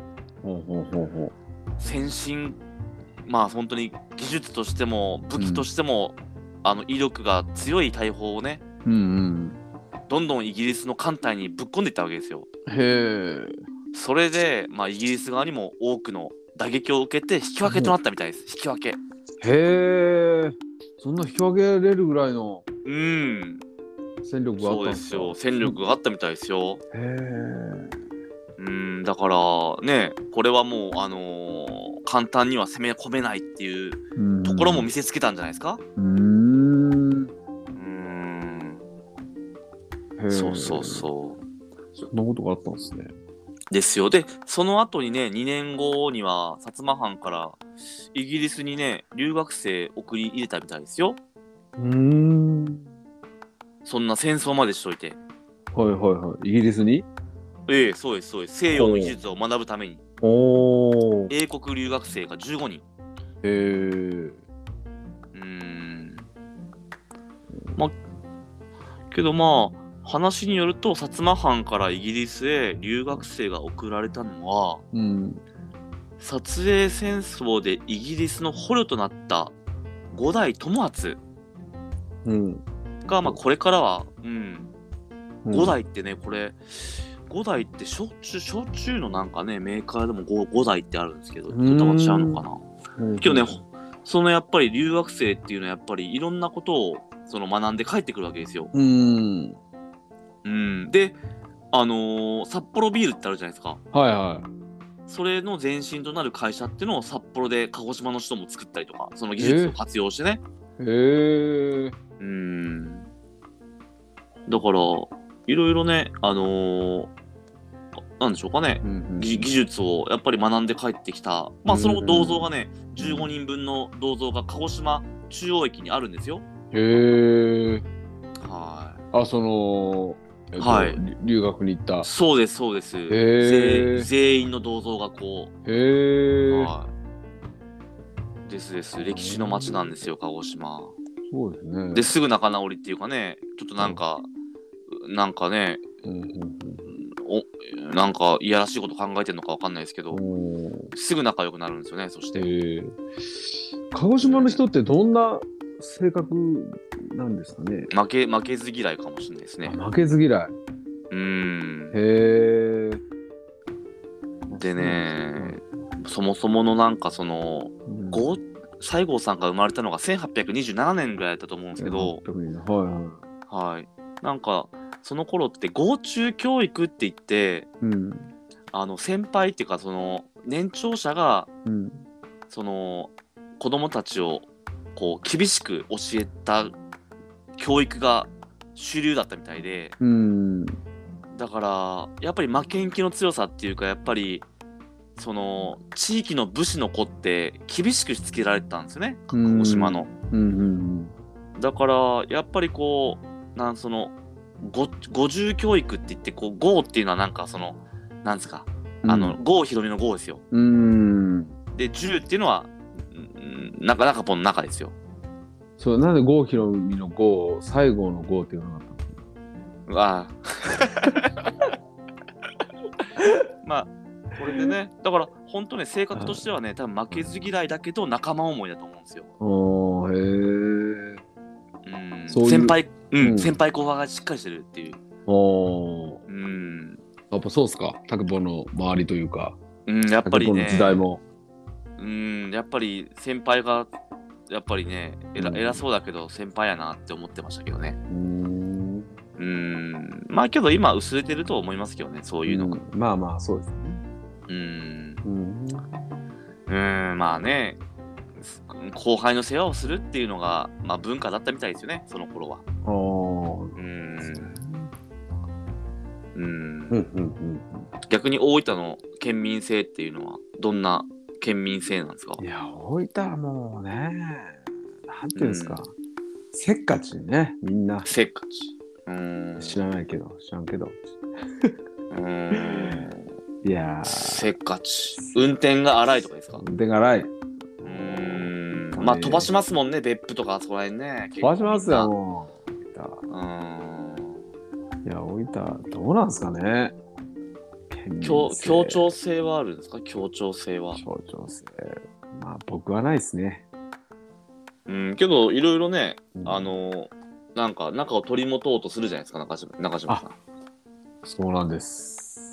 Speaker 1: 先進、まあ本当に技術としても武器としても、威力が強い大砲をね、どんどんイギリスの艦隊にぶっ込んでいったわけですよ。
Speaker 2: へえ。
Speaker 1: それで、まあ、イギリス側にも多くの打撃を受けて引き分けとなったみたいです。引き分け。
Speaker 2: へえ。そんな引き分けれるぐらいの戦力があったんですか。
Speaker 1: そうですよ。戦力があったみたいですよ。
Speaker 2: へえ。
Speaker 1: だからね、これはもう簡単には攻め込めないっていうところも見せつけたんじゃないですか。そうそうそう。
Speaker 2: そんなことがあったんですね。
Speaker 1: ですよ。で、その後にね、2年後には薩摩藩からイギリスにね、留学生送り入れたみたいですよ。そんな戦争までしといて。
Speaker 2: はいはいはい。イギリスに？
Speaker 1: ええ、そうですそうです。西洋の技術を学ぶために。英国留学生が15人。
Speaker 2: へえ。
Speaker 1: まあ、けどまあ、話によると薩摩藩からイギリスへ留学生が送られたのは、薩英戦争でイギリスの捕虜となった五代友厚が、まあこれからは、五代ってね、これ五代って焼酎のなんかねメーカーでも五代ってあるんですけど、ちょっと違うのかな。今日ね、そのやっぱり留学生っていうのはやっぱりいろんなことをその学んで帰ってくるわけですよ。で、札幌ビールってあるじゃないですか。
Speaker 2: はいはい。
Speaker 1: それの前身となる会社っていうのを札幌で鹿児島の人も作ったりとか、その技術を活用してね。だからいろいろね、なんでしょうかね、技術をやっぱり学んで帰ってきた。まあその銅像がね、15人分の銅像が鹿児島中央駅にあるんですよ。
Speaker 2: その留学に行った。
Speaker 1: そうですそうです。全員の銅像がこう。です歴史の街なんですよ、鹿児島。
Speaker 2: そうですね。
Speaker 1: ですぐ仲直りっていうかね、ちょっとなんかね、なんかいやらしいこと考えてるのかわかんないですけど、すぐ仲良くなるんですよね。そして
Speaker 2: 鹿児島の人ってどんな性格なんですかね。
Speaker 1: 負けず嫌いかもしれないですね。
Speaker 2: 負けず嫌い。
Speaker 1: でね、そもそものなんかその、西郷さんが生まれたのが1827年ぐらいだったと思うんですけど、なんかその頃って郷中教育って言って、先輩っていうかその年長者が、その子供たちをこう厳しく教えた教育が主流だったみたいで、 だからやっぱり負けん気の強さっていうか、やっぱりその地域の武士の子って厳しくしつけられてたんですよね、鹿児島の。だからやっぱりこうその五重教育って言って、こう5っていうのはなんかそのなんですか、郷ひろみの郷ですよ。で10っていうのはなかなかポンの中ですよ。
Speaker 2: そう、なんで郷ひろみの郷、西郷の郷って言わなかった
Speaker 1: の？ああまあこれでね、だから本当ね、性格としてはね、多分負けず嫌いだけど仲間思いだと思うんですよ。先輩、先輩後輩がしっかりしてるっていう。
Speaker 2: やっぱそうっすか、田久保の周りというか。
Speaker 1: やっぱりね、
Speaker 2: 時代も。
Speaker 1: やっぱり先輩がやっぱりね、偉そうだけど先輩やなって思ってましたけどね。まあけど今薄れてると思いますけどね、そういうのが。
Speaker 2: まあまあそうですね。
Speaker 1: まあね、後輩の世話をするっていうのが、まあ、文化だったみたいですよね、その頃は。逆に大分の県民性っていうのはどんな県民性なんですか？
Speaker 2: いや、大分はもうね、なんていうんですか、せっかちね、みんな。
Speaker 1: せっかち。
Speaker 2: 知らんけど。いや
Speaker 1: せっかち。運転が荒いとかですか？
Speaker 2: 運転が荒い。
Speaker 1: まあ飛ばしますもんね、別府とかそこら辺ね。
Speaker 2: 飛ばしますよ、もう。いや、大分、どうなんですかね。
Speaker 1: 協調性はあるんですか？協調性は。
Speaker 2: まあ僕はないですね。
Speaker 1: けどいろいろね、なんか仲を取り持とうとするじゃないですか、中島さん。
Speaker 2: そうなんです。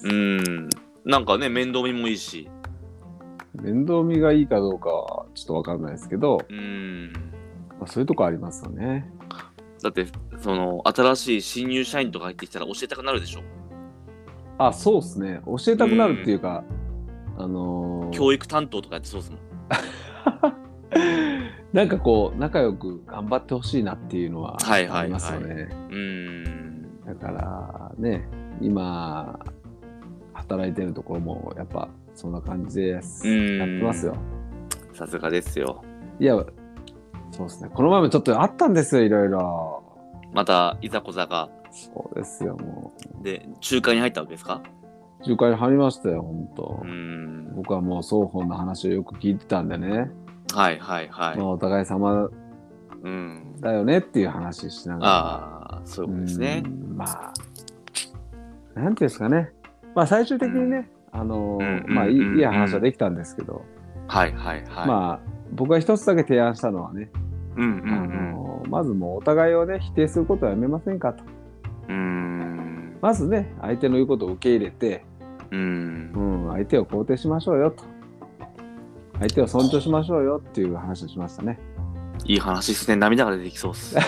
Speaker 1: なんかね、面倒見もいいし。
Speaker 2: 面倒見がいいかどうかはちょっとわかんないですけど、まあ、そういうとこありますよね。
Speaker 1: だってその新しい新入社員とか入ってきたら教えたくなるでしょ。
Speaker 2: そうですね。教えたくなるっていうか、
Speaker 1: 教育担当とかやってそうですもん。
Speaker 2: なんかこう仲良く頑張ってほしいなっていうのはありますよね。だからね、今働いてるところもやっぱそんな感じでやってますよ。
Speaker 1: さすがですよ。
Speaker 2: いや、そうですね。この前もちょっとあったんですよ、いろいろ。
Speaker 1: またいざこざが。
Speaker 2: そうですよ、も
Speaker 1: う。で、仲介に入ったわけですか？
Speaker 2: 仲介に入りましたよ、本当。僕はもう双方の話をよく聞いてたんでね。まあ、お互い様だよねっていう話しながら。
Speaker 1: そういうことですね。
Speaker 2: まあ、なんていうんですかね。まあ最終的にね、まあいい話はできたんですけど。まあ、僕が一つだけ提案したのはね、まずもうお互いをね、否定することはやめませんかと。まずね、相手の言うことを受け入れて、相手を肯定しましょうよと。相手を尊重しましょうよっていう話をしましたね。
Speaker 1: いい話ですね。涙が出てきそうっす。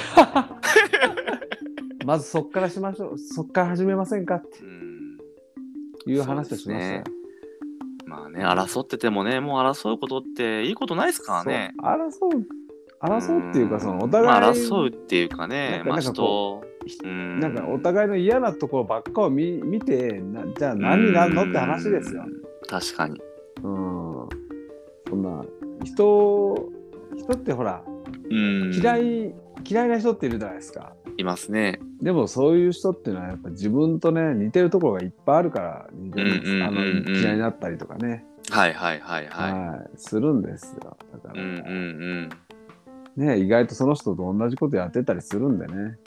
Speaker 2: まずそっからしましょう。そっから始めませんかっていう話をしましたよ。
Speaker 1: まあね、争っててもね、もう争うことっていいことないですからね。
Speaker 2: 争うっていうか、そのお互い、
Speaker 1: まあ、争うっていうかね、
Speaker 2: なんかお互いの嫌なところばっかを見て、じゃあ何になるのって話ですよ。
Speaker 1: 確かに。
Speaker 2: そんな人ってほら、嫌いな人っているじゃないですか。
Speaker 1: いますね。
Speaker 2: でもそういう人っていうのはやっぱ自分とね似てるところがいっぱいあるから嫌いになったりとかね。するんですよ。だからね、意外とその人と同じことやってたりするんでね。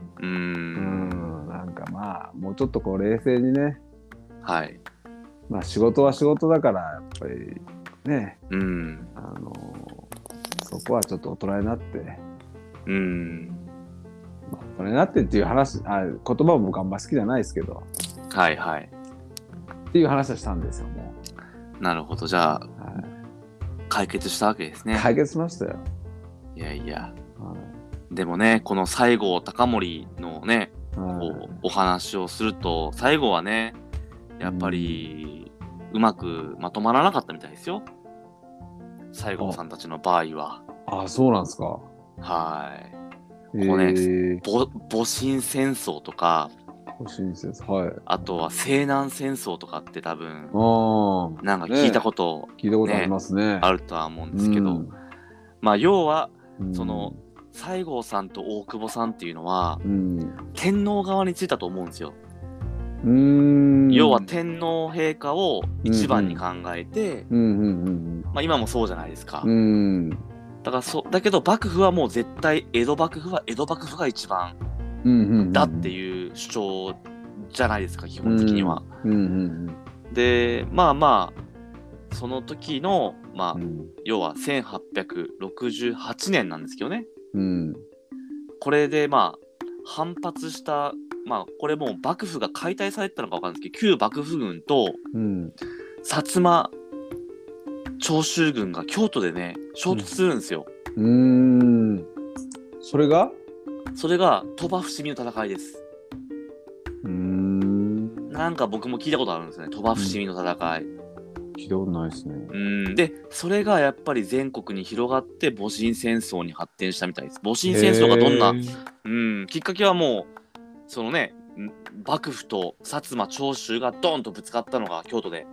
Speaker 2: なんかまあもうちょっとこう冷静にね。まあ仕事は仕事だからやっぱりね、そこはちょっと大人になって。大人になってっていう話、言葉も僕あんま好きじゃないですけど。っていう話をしたんですよ、も
Speaker 1: う。なるほど、じゃあ、解決したわけですね。
Speaker 2: 解決しましたよ。
Speaker 1: いやいや。でもね、この西郷隆盛のね、お話をすると、最後はね、やっぱり、うまくまとまらなかったみたいですよ。西郷さんたちの場合は。
Speaker 2: そうなんですか。
Speaker 1: こうね、戊辰戦争とか、
Speaker 2: 戊辰戦争、はい。
Speaker 1: あとは西南戦争とかって多分なんか
Speaker 2: ね
Speaker 1: 聞いたこと
Speaker 2: 聞いたことありますね。
Speaker 1: あるとは思うんですけど、まあ要はその西郷さんと大久保さんっていうのは天皇側についたと思うんですよ。要は天皇陛下を一番に考えて、まあ今もそうじゃないですか。だからだけど幕府はもう絶対江戸幕府は江戸幕府が一番だっていう主張じゃないですか、基本的には。でまあまあその時のまあ、要は1868年なんですけどね、これでまあ反発したまあこれもう幕府が解体されてたのか分かんないですけど、旧幕府軍と薩摩長州軍が京都でね衝突するんですよ。
Speaker 2: それが
Speaker 1: 鳥羽伏見の戦いです。なんか僕も聞いたことあるんですね、鳥羽伏見の戦い。
Speaker 2: 聞いたことないですね。
Speaker 1: でそれがやっぱり全国に広がって戊辰戦争に発展したみたいです。戊辰戦争がどんなきっかけはもうそのね幕府と薩摩長州がドンとぶつかったのが京都で、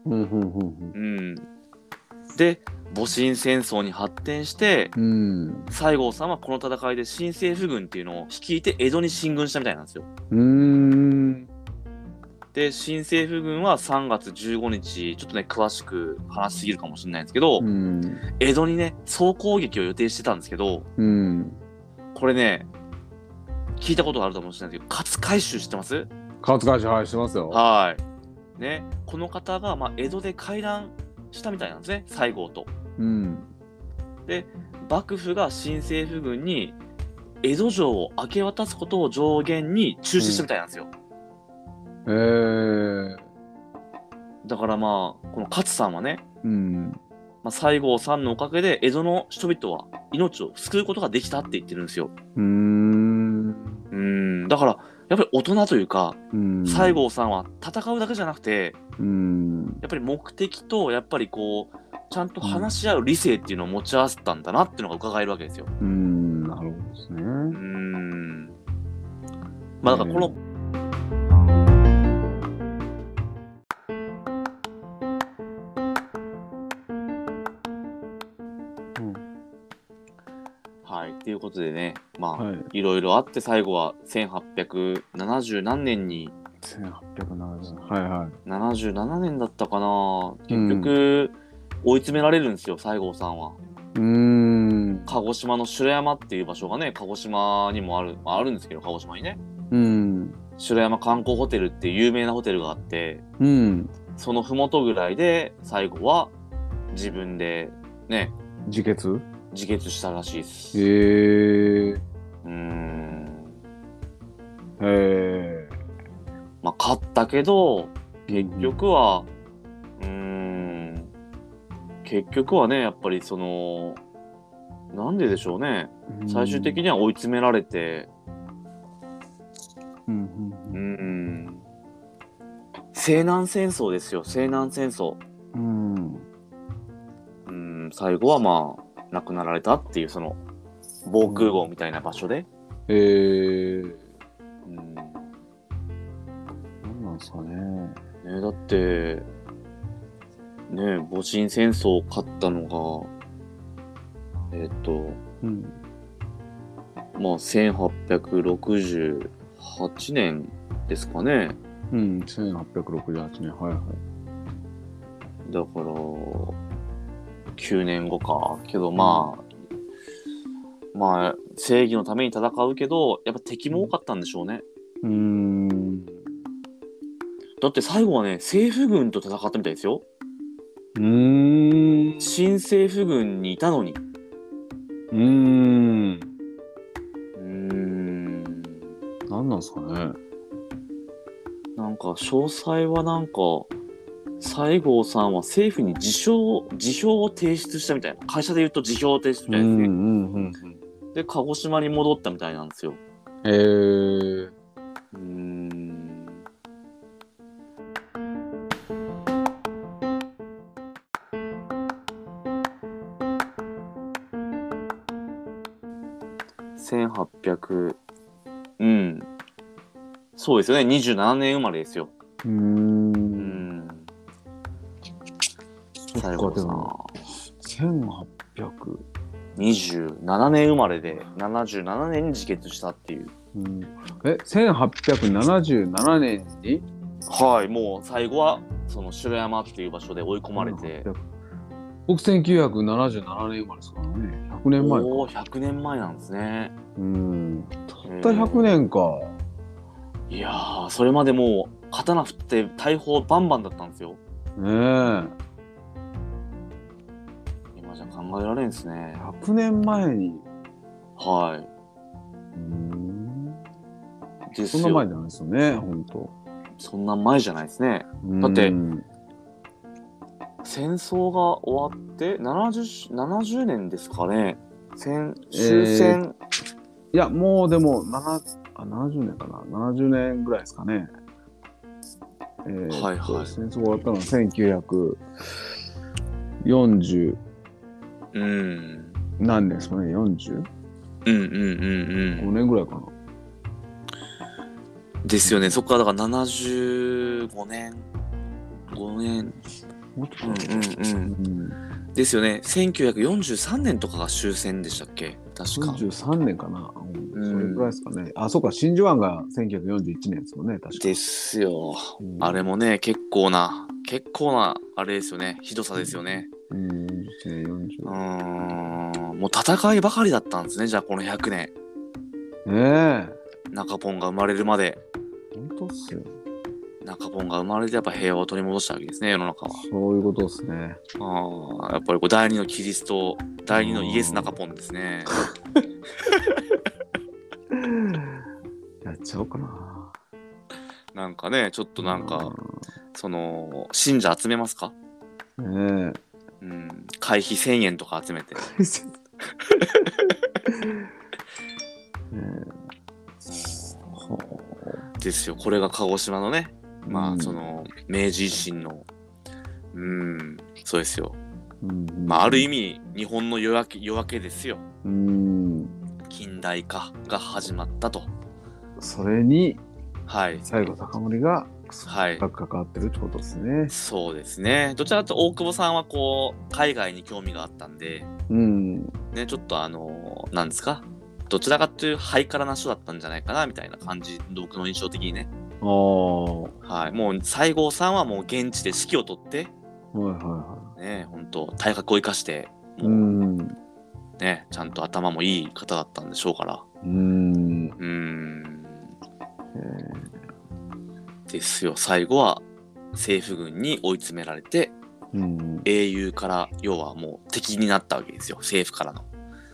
Speaker 1: で戊辰戦争に発展して、西郷さんはこの戦いで新政府軍っていうのを率いて江戸に進軍したみたいなんですよ。で新政府軍は3月15日ちょっとね詳しく話しすぎるかもしれないんですけど、江戸にね総攻撃を予定してたんですけど、これね聞いたことがあると思うんですけど、勝海舟知ってます？
Speaker 2: 勝海舟、はい、してますよ。
Speaker 1: はいね、この方が、まあ、江戸で会談したみたいなんですね、西郷と。で幕府が新政府軍に江戸城を明け渡すことを上限に中止したみたいなんですよ。だからまあこの勝さんはね、まあ、西郷さんのおかげで江戸の人々は命を救うことができたって言ってるんですよ。だからやっぱり大人というか、西郷さんは戦うだけじゃなくて、やっぱり目的とやっぱりこうちゃんと話し合う理性っていうのを持ち合わせたんだなっていうのが伺えるわけですよ。
Speaker 2: なるほどですね。
Speaker 1: まあだからこのはいということでね、まあ、いろいろあって最後は1870何年に77年だったかな、結局追い詰められるんですよ西郷さんは。鹿児島の城山っていう場所がね、鹿児島にもあるんですけど、鹿児島にね、城山観光ホテルっていう有名なホテルがあって、その麓ぐらいで最後は自分でね自決したらしいです。まあ勝ったけど結局はねやっぱりそのなんででしょうね、最終的には追い詰められて、西南戦争ですよ、西南戦争。最後はまあ亡くなられたっていうその防空壕みたいな場所で。なんなんですかね。だってね戊辰戦争を勝ったのがまあ1868年ですかね。1868年、はいはい。だから9年後か。けどまあ正義のために戦うけどやっぱ敵も多かったんでしょうね。だって最後はね政府軍と戦ったみたいですよ。新政府軍にいたのに。なんなんすかね。なんか詳細はなんか西郷さんは政府に辞表を提出したみたいな、会社で言うと辞表を提出みたいですね。で鹿児島に戻ったみたいなんですよ。1800 そうですよね。27年生まれですよ。
Speaker 2: そっか、でも1800。
Speaker 1: 27年生まれで77年に自決したっていう。
Speaker 2: 1877年に。
Speaker 1: はい、もう最後はその城山っていう場所で追い込まれて。
Speaker 2: 僕1977年生まれですからね。100年前か。
Speaker 1: おお、100年前なんですね。
Speaker 2: たった100年か。
Speaker 1: いやー、それまでもう刀振って大砲バンバンだったんですよ。
Speaker 2: ねえ。
Speaker 1: 今じゃ考えられんですね。
Speaker 2: 100年前に。
Speaker 1: はい。
Speaker 2: そんな前じゃないですよね、本当。
Speaker 1: そんな前じゃないですね。だって戦争が終わって70年ですかね。終戦。
Speaker 2: いや、もうでも70年かな。70年ぐらいですかね。
Speaker 1: はいはい。
Speaker 2: 戦争が終わったのは1940。何年ですかね、40？ 5年ぐらいかな。
Speaker 1: ですよね。そこからだから75年。5年。ですよね。1943年とかが終戦でしたっけ？確か。
Speaker 2: 43年かな。それぐらいですかね。あ、そうか、真珠湾が1941年ですもんね、確か。
Speaker 1: ですよ。あれもね、結構な、あれですよね。ひどさですよね。もう戦いばかりだったんですね、じゃあこの100年。中ポンが生まれるまで。
Speaker 2: 本当っすよ。
Speaker 1: 中ポンが生まれてやっぱ平和を取り戻したわけですね、世の中は。
Speaker 2: そういうことですね。
Speaker 1: やっぱりこう第二のキリスト、第二のイエス中ポンですね。
Speaker 2: やっちゃおうかな。
Speaker 1: なんかね、ちょっとなんか、その、信者集めますか？会費1000円とか集めて。ですよ。これが鹿児島のね、まあその明治維新のそうですよ。まあある意味日本の夜明けですよ。近代化が始まったと。
Speaker 2: それに
Speaker 1: 西
Speaker 2: 郷隆盛が関わってるってことですね。
Speaker 1: そうですね。どちらかというと大久保さんはこう海外に興味があったんで、ね、ちょっとなんですか、どちらかというハイカラな人だったんじゃないかなみたいな感じ、僕の印象的にね。もう西郷さんはもう現地で指揮を取って、ね、本当体格を生かしてもうね、ちゃんと頭もいい方だったんでしょうから。ですよ。最後は政府軍に追い詰められて、英雄から要はもう敵になったわけですよ、政府からの。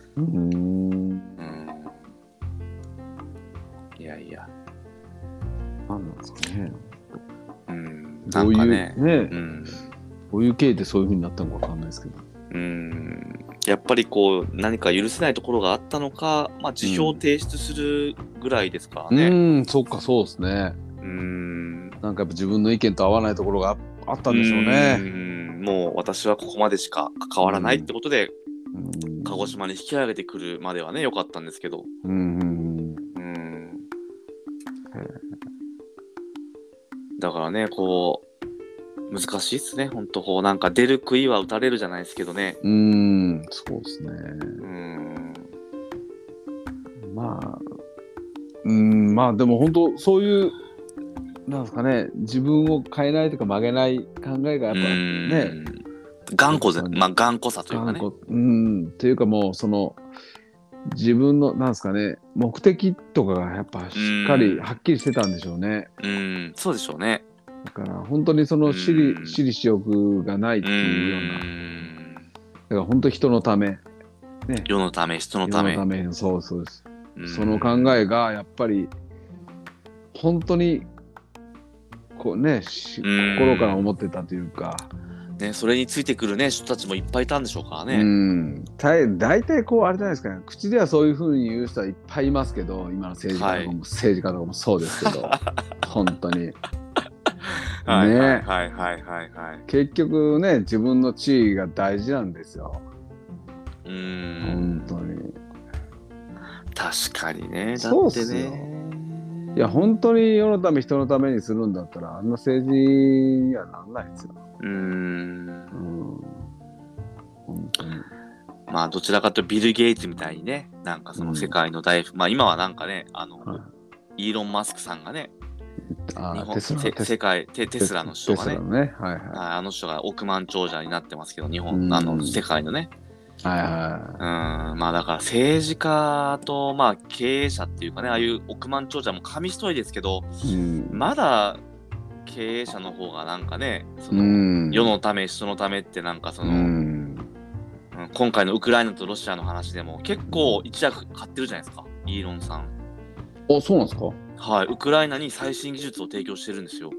Speaker 1: いやいや。
Speaker 2: なんなんですかね。
Speaker 1: なんかね、
Speaker 2: こういう経緯でそういう風になったのかわかんないですけど。
Speaker 1: やっぱりこう何か許せないところがあったのか、まあ辞表提出するぐらいですからね。
Speaker 2: そっか、そうですね。なんかやっぱ自分の意見と合わないところがあったんでしょうね。
Speaker 1: もう私はここまでしか関わらないってことで、鹿児島に引き上げてくるまではね、良かったんですけど。だからね、こう難しいっすね、本当。こうなんか出る杭は打たれるじゃないですけどね。
Speaker 2: そうですね。まあでも本当そういうなんですかね、自分を変えないとか曲げない考えがやっぱね、
Speaker 1: 頑固さというかね。
Speaker 2: というかもうその自分のなんですかね、目的とかがやっぱしっかりはっきりしてたんでしょうね。
Speaker 1: そうでしょうね。
Speaker 2: だから本当にその私利私欲がないっていうような、だから本当人のため、
Speaker 1: ね、世のため、人のため、
Speaker 2: そうです。その考えがやっぱり本当にこうね、心から思ってたというか。
Speaker 1: それについてくるね人たちもいっぱいいたんでしょうからね。
Speaker 2: 大体こうあれじゃないですかね、口ではそういうふうに言う人はいっぱいいますけど、今の政治家とかもそうですけど本当に結局ね、自分の地位が大事なんですよ。本当に
Speaker 1: 確かにね。だってね、
Speaker 2: いや本当に世のため人のためにするんだったらあんな政治にはなんないですよ。本当に。
Speaker 1: まあどちらかというとビル・ゲイツみたいにね、なんかその世界の大富、まあ今はなんかね、イーロン・マスクさんがね、日本世界テスラの人がね、あの人が億万長者になってますけど、日本世界のね、まあだから政治家とまあ経営者っていうかね、ああいう億万長者も紙一重ですけど、まだ経営者の方がなんかね、その世のため人のためってなんかその、今回のウクライナとロシアの話でも結構一役買ってるじゃないですか、イーロンさん。
Speaker 2: あ、そうなんですか。
Speaker 1: はい、ウクライナに最新技術を提供してるんですよ。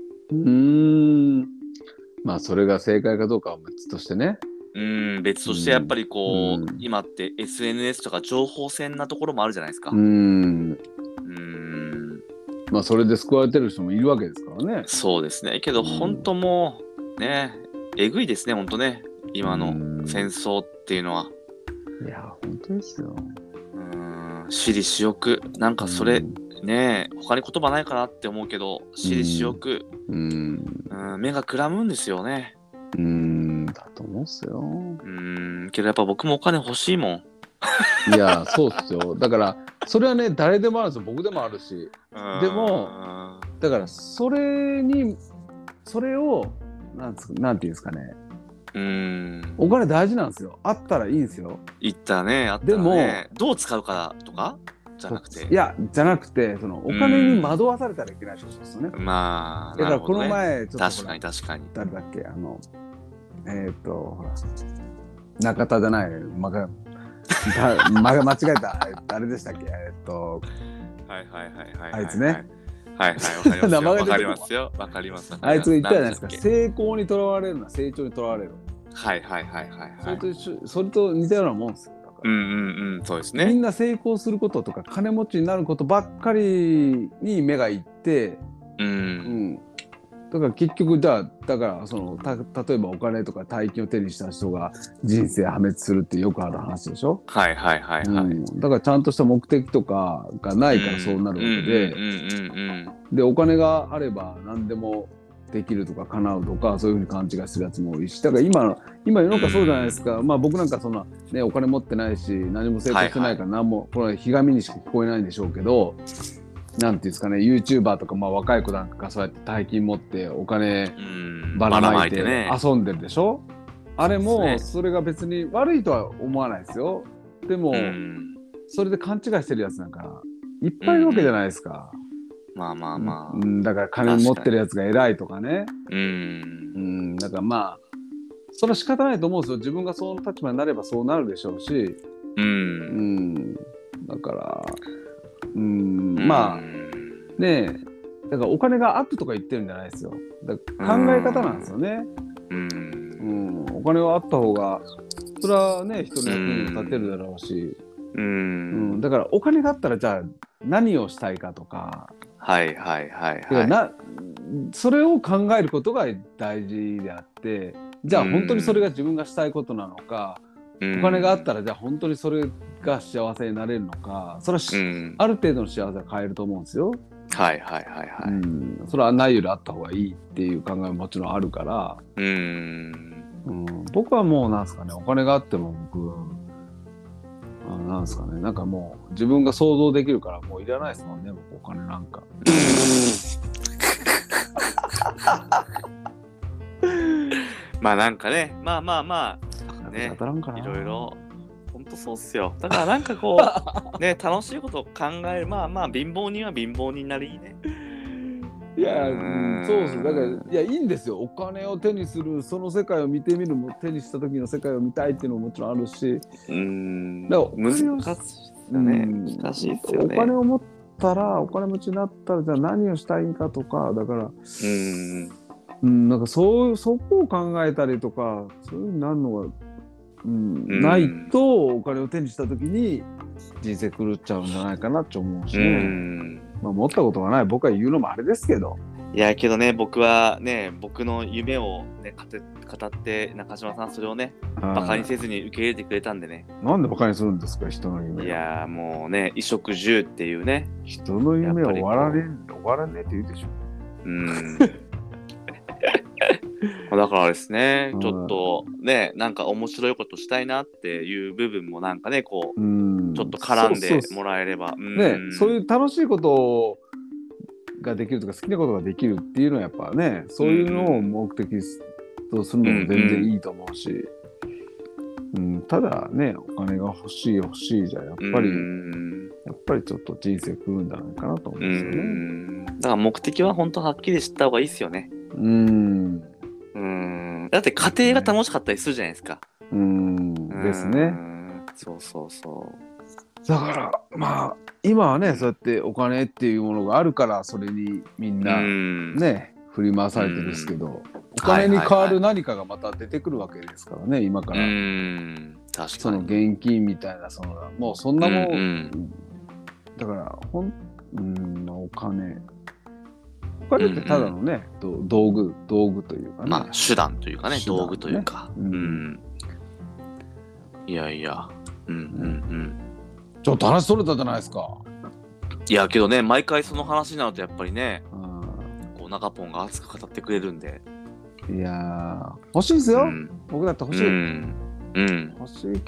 Speaker 2: まあそれが正解かどうかは別としてね。
Speaker 1: 別としてやっぱりこう、今って SNS とか情報戦なところもあるじゃないですか。
Speaker 2: まあそれで救われてる人もいるわけですからね。
Speaker 1: そうですね。けど本当もうね、えぐいですね、本当ね。今の戦争っていうのは。
Speaker 2: いや本当ですよ。
Speaker 1: 私利私欲、なんかそれね、他に言葉ないかなって思うけど、私利私欲、目がくらむんですよね。
Speaker 2: だと思うっすよ。
Speaker 1: けどやっぱ僕もお金欲しいもん。
Speaker 2: いやそうっすよ。だからそれはね、誰でもあるんですよ。僕でもあるし。でもだからそれをなんていうんですかね。お金大事なんですよ。あったらいいんですよ。
Speaker 1: 言ったね、あったらね。でもどう使うかとかじゃなくて。
Speaker 2: いやじゃなくて、そのお金に惑わされたらいけないってことですよね。
Speaker 1: まあ
Speaker 2: だからこの前ちょっと
Speaker 1: 確かに
Speaker 2: 誰だっけほら中田じゃない間違えた誰でしたっけあいつね。
Speaker 1: わかりますよ。
Speaker 2: あいつが言ったじゃないですか。成功にとらわれるのは成長にとらわれる。それと似たようなもんですよ。
Speaker 1: そうですね。
Speaker 2: みんな成功することとか金持ちになることばっかりに目がいって、だから結局だからその例えばお金とか大金を手にした人が人生破滅するってよくある話でしょ。だからちゃんとした目的とかがないからそうなるわけで、でお金があれば何でもできるとか叶うとかそういうふうに勘違いするやつも多いし、だから今世の中そうじゃないですか。まあ僕なんかそんなねお金持ってないし何も成功してないから何もこれひがみにしか聞こえないんでしょうけど、なんていうんですかね、YouTuber とかまあ若い子なんかがそうやって大金持ってお金ばらまいて遊んでるでしょ。あれもそれが別に悪いとは思わないですよ。でもそれで勘違いしてるやつなんかいっぱいいるわけじゃないですか。だから金持ってるやつが偉いとかね。だからまあそれは仕方ないと思うんですよ。自分がその立場になればそうなるでしょうし。だからまあねえ、だからお金がアップとか言ってるんじゃないですよ。だから考え方なんですよね。お金はあった方がそれはね人の役にも立てるだろうし、だからお金があったらじゃあ何をしたいかとか、それを考えることが大事であって、じゃあ本当にそれが自分がしたいことなのか、お金があったらじゃあ本当にそれが幸せになれるのか、それはある程度の幸せは変えると思うんですよ。それはないよりあった方がいいっていう考えももちろんあるから、僕はもうなんですかね、お金があってもなんですかね、なんかもう自分が想像できるからもういらないですもんね、お金なんか。
Speaker 1: まあなんかね、まあね、いろいろ本当そうっすよ。だからなんかこうね、楽しいことを考える、まあ貧乏人は貧乏人なりね。
Speaker 2: いやそうです。だからいやいいんですよ。お金を手にするその世界を見てみるも手にした時の世界を見たいっていうのももちろんあるし、だから
Speaker 1: 難しいですよね。
Speaker 2: お金を持ったらお金持ちになったらじゃあ何をしたいんかとか、だからなんかそこを考えたりとかそういうのなるのがないとお金を手にした時に人生狂っちゃうんじゃないかなって思うしね。まあ持ったことがない僕は言うのもあれですけど。
Speaker 1: いやけどね、僕はね、僕の夢をね、語って中島さんそれをね、バカにせずに受け入れてくれたんでね。
Speaker 2: なんでバカにするんですか、人の夢を。
Speaker 1: いやもうね、衣食住っていうね。
Speaker 2: 人の夢を終わらねえって言うでしょ。
Speaker 1: だからですね、ちょっとね、なんか面白いことしたいなっていう部分もなんかね、こう、ちょっと絡んでもらえれば。
Speaker 2: ね、そういう楽しいことができるとか好きなことができるっていうのはやっぱね、そういうのを目的とするのも全然いいと思うし、ただね、お金が欲しいじゃやっぱりちょっと人生狂うんじゃないかなと思うんですよね。
Speaker 1: だから目的は本当はっきり知った方がいいですよね。だって家庭が楽しかったりするじゃないですか。
Speaker 2: ですね。
Speaker 1: そうそうそう。
Speaker 2: だからまあ今はね、そうやってお金っていうものがあるからそれにみんなね振り回されてるんですけど、お金に代わる何かがまた出てくるわけですからね、今から。
Speaker 1: 確かに
Speaker 2: その現金みたいな、そのもうそんなもん、だからお金ってただのね、道具というかね、
Speaker 1: まあ手段というかね、道具というか、いやいや、
Speaker 2: ちょっと話それたじゃないですか。
Speaker 1: いやけどね、毎回その話になるとやっぱりね、こう中ポンが熱く語ってくれるんで。
Speaker 2: いや欲しいですよ、僕だって欲しい。欲しい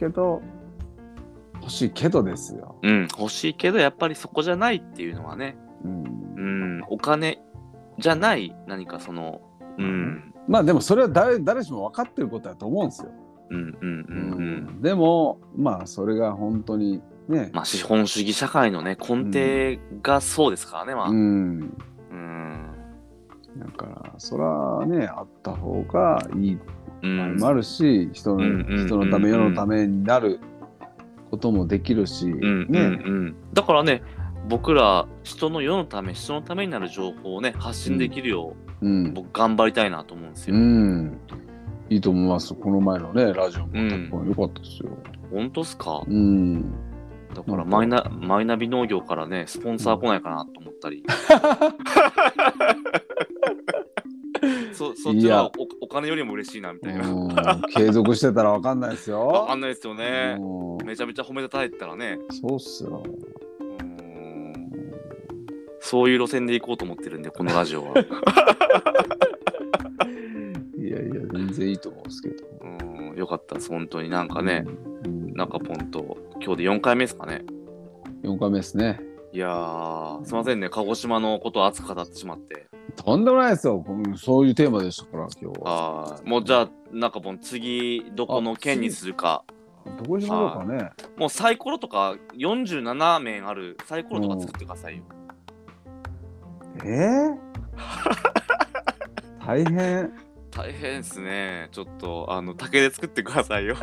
Speaker 2: けどですよ。
Speaker 1: 欲しいけどやっぱりそこじゃないっていうのはね、お金じゃない何かその、
Speaker 2: まあでもそれは誰しも分かってることだと思うんですよ。でもまあそれが本当にね、
Speaker 1: まあ資本主義社会のね根底がそうですからね、まあ。
Speaker 2: だからそれはねあった方がいい場合もあるし、人のため世のためになることもできるし、
Speaker 1: だからね、僕ら世のためになる情報をね発信できるよう、僕頑張りたいなと思うんですよ。
Speaker 2: いいと思います。この前のねラジオも良かったですよ。
Speaker 1: 本当っすか？だからマイナビ農業からねスポンサー来ないかなと思ったり。そっちはお金よりも嬉しいなみたいな。
Speaker 2: 継続してたら分かんないですよ。
Speaker 1: 分かんないですよね。めちゃめちゃ褒めたたえてたらね。
Speaker 2: そうっすよ。
Speaker 1: そういう路線で行こうと思ってるんで、このラジオは。
Speaker 2: いや全然いいと思うんですけど。
Speaker 1: よかったです本当に。なんかね、中ポンと今日で4回目ですかね。
Speaker 2: 4回目ですね。
Speaker 1: いやー、すいませんね、鹿児島のことを熱く語ってしまって。
Speaker 2: とんでもないですよ。そういうテーマでしたから今日は。
Speaker 1: もうじゃあ中ポン次どこの県にするか。
Speaker 2: どこにしましょうかね。
Speaker 1: もうサイコロとか47面あるサイコロとか作ってくださいよ。
Speaker 2: 大変。
Speaker 1: 大変ですね。ちょっと竹で作ってくださいよ。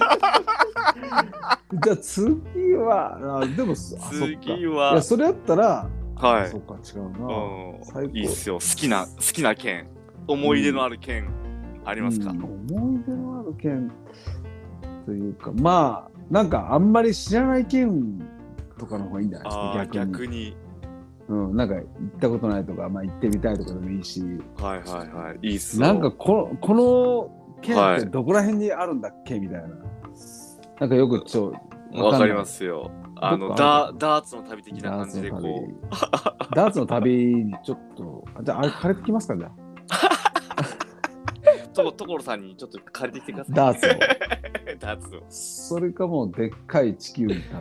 Speaker 2: じゃあ次はでも
Speaker 1: 次は。
Speaker 2: いやそれやったら。
Speaker 1: はい。
Speaker 2: そうか違うな。
Speaker 1: いいっすよ。好きな県、思い出のある県ありますか？
Speaker 2: 思い出のある県というか、まあなんかあんまり知らない県とかの方がいいんじゃないですか。逆に。なんか行ったことないとか、まあ行ってみたいとかでもいいし。
Speaker 1: いいっすよ。
Speaker 2: なんかこの県ってどこら辺にあるんだっけみたいな。なんかよく
Speaker 1: わかりますよ。ダーツの旅的な感じでこう。
Speaker 2: ダーツの旅にちょっと、じゃああれ借りてきますかじゃ
Speaker 1: あ。所さんにちょっと借りてきてください。
Speaker 2: ダー
Speaker 1: ツを。
Speaker 2: それかもうでっかい地球に立って、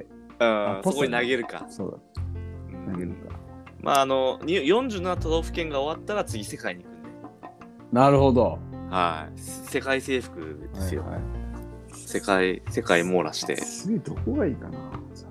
Speaker 1: そこに投げるか。
Speaker 2: そうだ。投げるか。
Speaker 1: まあ47都道府県が終わったら次世界に行くんで。な
Speaker 2: るほど。
Speaker 1: はい。世界征服ですよ。世界網羅して。
Speaker 2: 次どこがいいかな。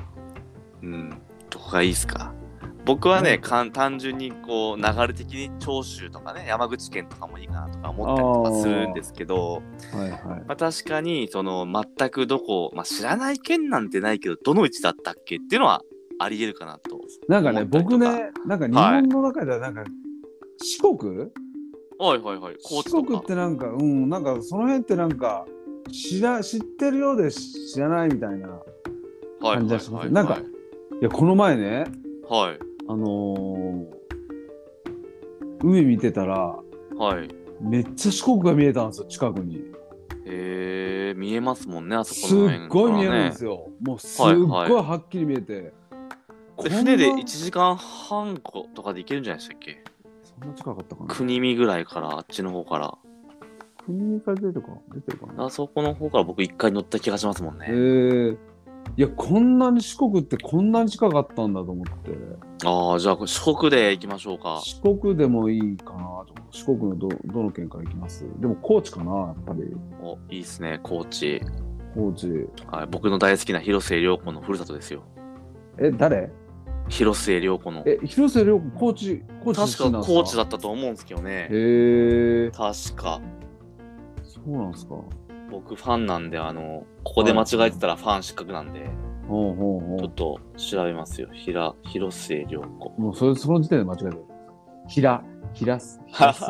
Speaker 1: どこがいいですか。僕はね、単純にこう流れ的に長州とかね、山口県とかもいいかなとか思ったりとかするんですけど、確かにその全く知らない県なんてないけどどの位置だったっけっていうのはありえるかなと。
Speaker 2: なんかね、僕ね、なんか日本の中ではなんか四国？四国ってなんかなんかその辺ってなんか知ってるようで知らないみたいな感じがします。なんかいやこの前ね、 海見てたら
Speaker 1: はい。
Speaker 2: めっちゃ四国が見えたんですよ、近くに。
Speaker 1: 見えますもんね、あそこ
Speaker 2: すっ
Speaker 1: の辺
Speaker 2: ごい見え
Speaker 1: からね。
Speaker 2: るんですよ。もうすっ
Speaker 1: はい
Speaker 2: ごい
Speaker 1: はい。
Speaker 2: はっきり見えて。こんな
Speaker 1: 船で1時間半とかで行けるんじゃないでしたっけ？
Speaker 2: そんな近かったかな。
Speaker 1: 国見ぐらいからあっちの方から。
Speaker 2: 国から出てるかな。
Speaker 1: あそこの方から僕一回乗った気がしますもんね。
Speaker 2: いや、こんなに四国ってこんなに近かったんだと思って。
Speaker 1: ああ、じゃあ四国で行きましょうか。
Speaker 2: 四国でもいいかなと。四国のどの県から行きます？でも高知かな、やっぱり。
Speaker 1: お、いいですね、高知。
Speaker 2: 高知。
Speaker 1: はい、僕の大好きな広末涼子のふるさとですよ。
Speaker 2: 誰？
Speaker 1: 広末涼子の。
Speaker 2: 広末涼子、高知
Speaker 1: 確か
Speaker 2: 出身なんですか？
Speaker 1: 高知だったと思うんですけどね。確か。
Speaker 2: そうなんですか。
Speaker 1: 僕ファンなんで、ここで間違えてたらファン失格なんで、ちょっと調べますよ。広末涼子。
Speaker 2: もうその時点で間違えてる。平す。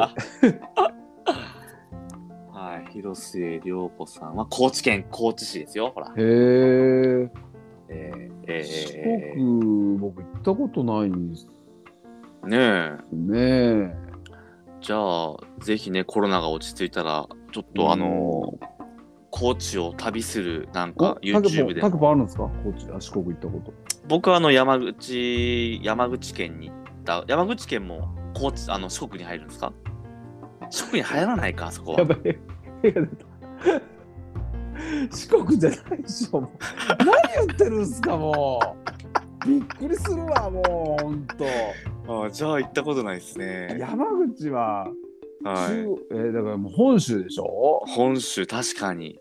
Speaker 1: はい、広末涼子さんは高知県高知市ですよ、ほら。
Speaker 2: 四
Speaker 1: 四
Speaker 2: 国、僕行ったことないんです
Speaker 1: ねえ。
Speaker 2: ねえ。
Speaker 1: じゃあ、ぜひね、コロナが落ち着いたら、ちょっと高知を旅する、なんか、YouTube で。
Speaker 2: タケポあるんですか？高知、四国行ったこと。
Speaker 1: 僕は山口県に行った。山口県も高知、四国に入るんですか？四国に入らないか、あそこは。
Speaker 2: やばい。四国じゃないでしょ。もう何言ってるんすか、もう。びっくりするわ、もう、ほんと。
Speaker 1: じゃあ行ったことないですね。
Speaker 2: 山口は、
Speaker 1: はい。
Speaker 2: だからもう本州でしょ？
Speaker 1: 本州、確かに。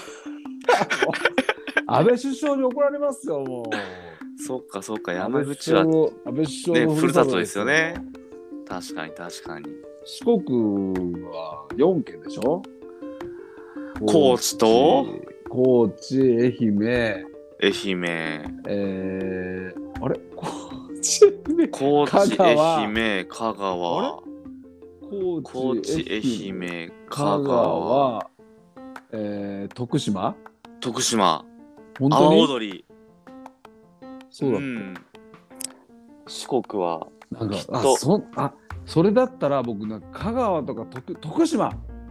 Speaker 2: 安倍首相に怒られますよ、もう。
Speaker 1: そっか、山口は、
Speaker 2: 安倍首相の
Speaker 1: ふるさとですよね。確かに。
Speaker 2: 四国は4県でしょ？
Speaker 1: 高知と
Speaker 2: 高知、愛媛。あれ？
Speaker 1: 高知、愛媛、香川。
Speaker 2: 高知、
Speaker 1: 愛媛、香
Speaker 2: 川。徳島。本当に？
Speaker 1: 阿波踊り。
Speaker 2: そうだっけ？
Speaker 1: 四国は
Speaker 2: なんかそれだったら僕なんか香川とか徳島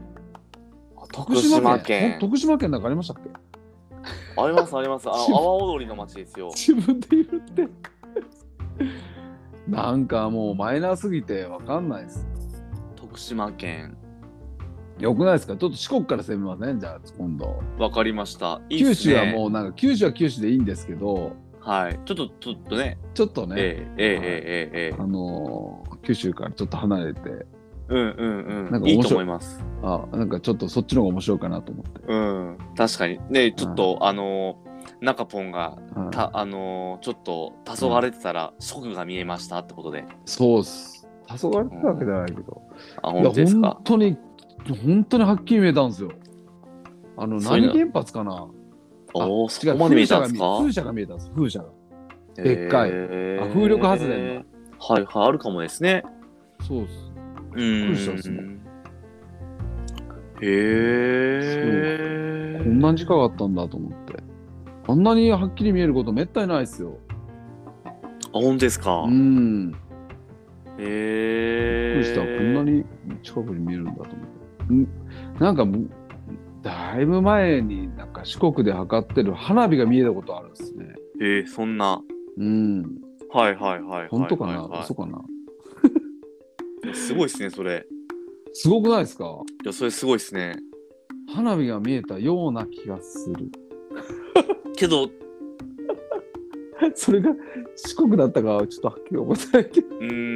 Speaker 2: 県。徳島県なんかありましたっけ？
Speaker 1: あります。阿波踊りの町ですよ。
Speaker 2: 自分で言って。なんかもうマイナーすぎてわかんないです。
Speaker 1: 徳島県。
Speaker 2: よくないですか？ちょっと四国から攻めません？じゃあ今度。
Speaker 1: わかりました。いい
Speaker 2: 九
Speaker 1: っすね。
Speaker 2: 州はもうなんか九州は九州でいいんですけど。
Speaker 1: はい。ちょっとね。
Speaker 2: 九州からちょっと離れて。
Speaker 1: なんかいいと思います。
Speaker 2: なんかちょっとそっちの方が面白いかなと思って。
Speaker 1: 確かに。ね、ちょっと中ポンがちょっと黄昏れてたら四国が見えましたってことで。
Speaker 2: そうっす。黄昏れてたわけじゃないけど。
Speaker 1: 本当ですか？
Speaker 2: 本当にはっきり見えたんですよ。何原発かな？
Speaker 1: そこまで見えたんですか？
Speaker 2: 風車が見えたんです。風車が。でっかい。風力発電が。
Speaker 1: はい、あるかもですね。
Speaker 2: そうっす。風車ですね。こんなに近かったんだと思って。あんなにはっきり見えることめったにないっすよ。
Speaker 1: 本当ですか？
Speaker 2: びっくりした。こんなに近くに見えるんだと思って。なんかだいぶ前になんか四国で測ってる花火が見えたことあるんですね。
Speaker 1: そんな。はい。
Speaker 2: 本当かな？嘘かな？
Speaker 1: すごいですね、それ。
Speaker 2: すごくないですか？
Speaker 1: いや、それすごいですね。
Speaker 2: 花火が見えたような気がする。
Speaker 1: けど、
Speaker 2: それが四国だったかはちょっとはっきり覚えてないけど。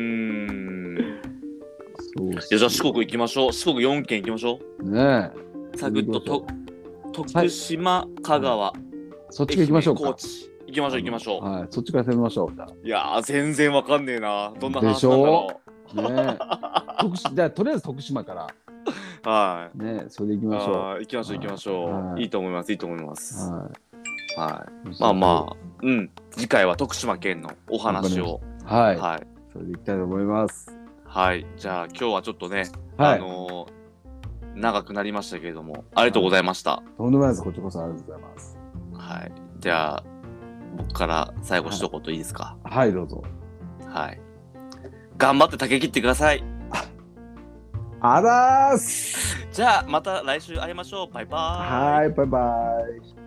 Speaker 1: じゃあ四国行きましょう。四国4県行きましょう。
Speaker 2: ね
Speaker 1: え。サクッと徳島、香川。
Speaker 2: そっち行きましょうか。
Speaker 1: 高知。行きましょう。
Speaker 2: はい、そっちから攻めましょう。
Speaker 1: いやー、全然わかんねえな。どんな話なんだろ
Speaker 2: う。ねじゃあとりあえず徳島から。
Speaker 1: はい。
Speaker 2: ね、それで行きましょう。
Speaker 1: 行きましょう。いいと思います。はい。次回は徳島県のお話を。
Speaker 2: はい。それで行きたいと思います。
Speaker 1: はい。じゃあ今日はちょっとね、長くなりましたけれども、ありがとうございました。
Speaker 2: とんでもないです。こちらこそありがとうございます。
Speaker 1: はい。じゃあ僕から最後一言いいですか？
Speaker 2: はい、どうぞ。
Speaker 1: はい。頑張って竹切ってください。
Speaker 3: あざーす。
Speaker 1: じゃあまた来週会いましょう。バイバーイ。
Speaker 3: はい、バイバイ。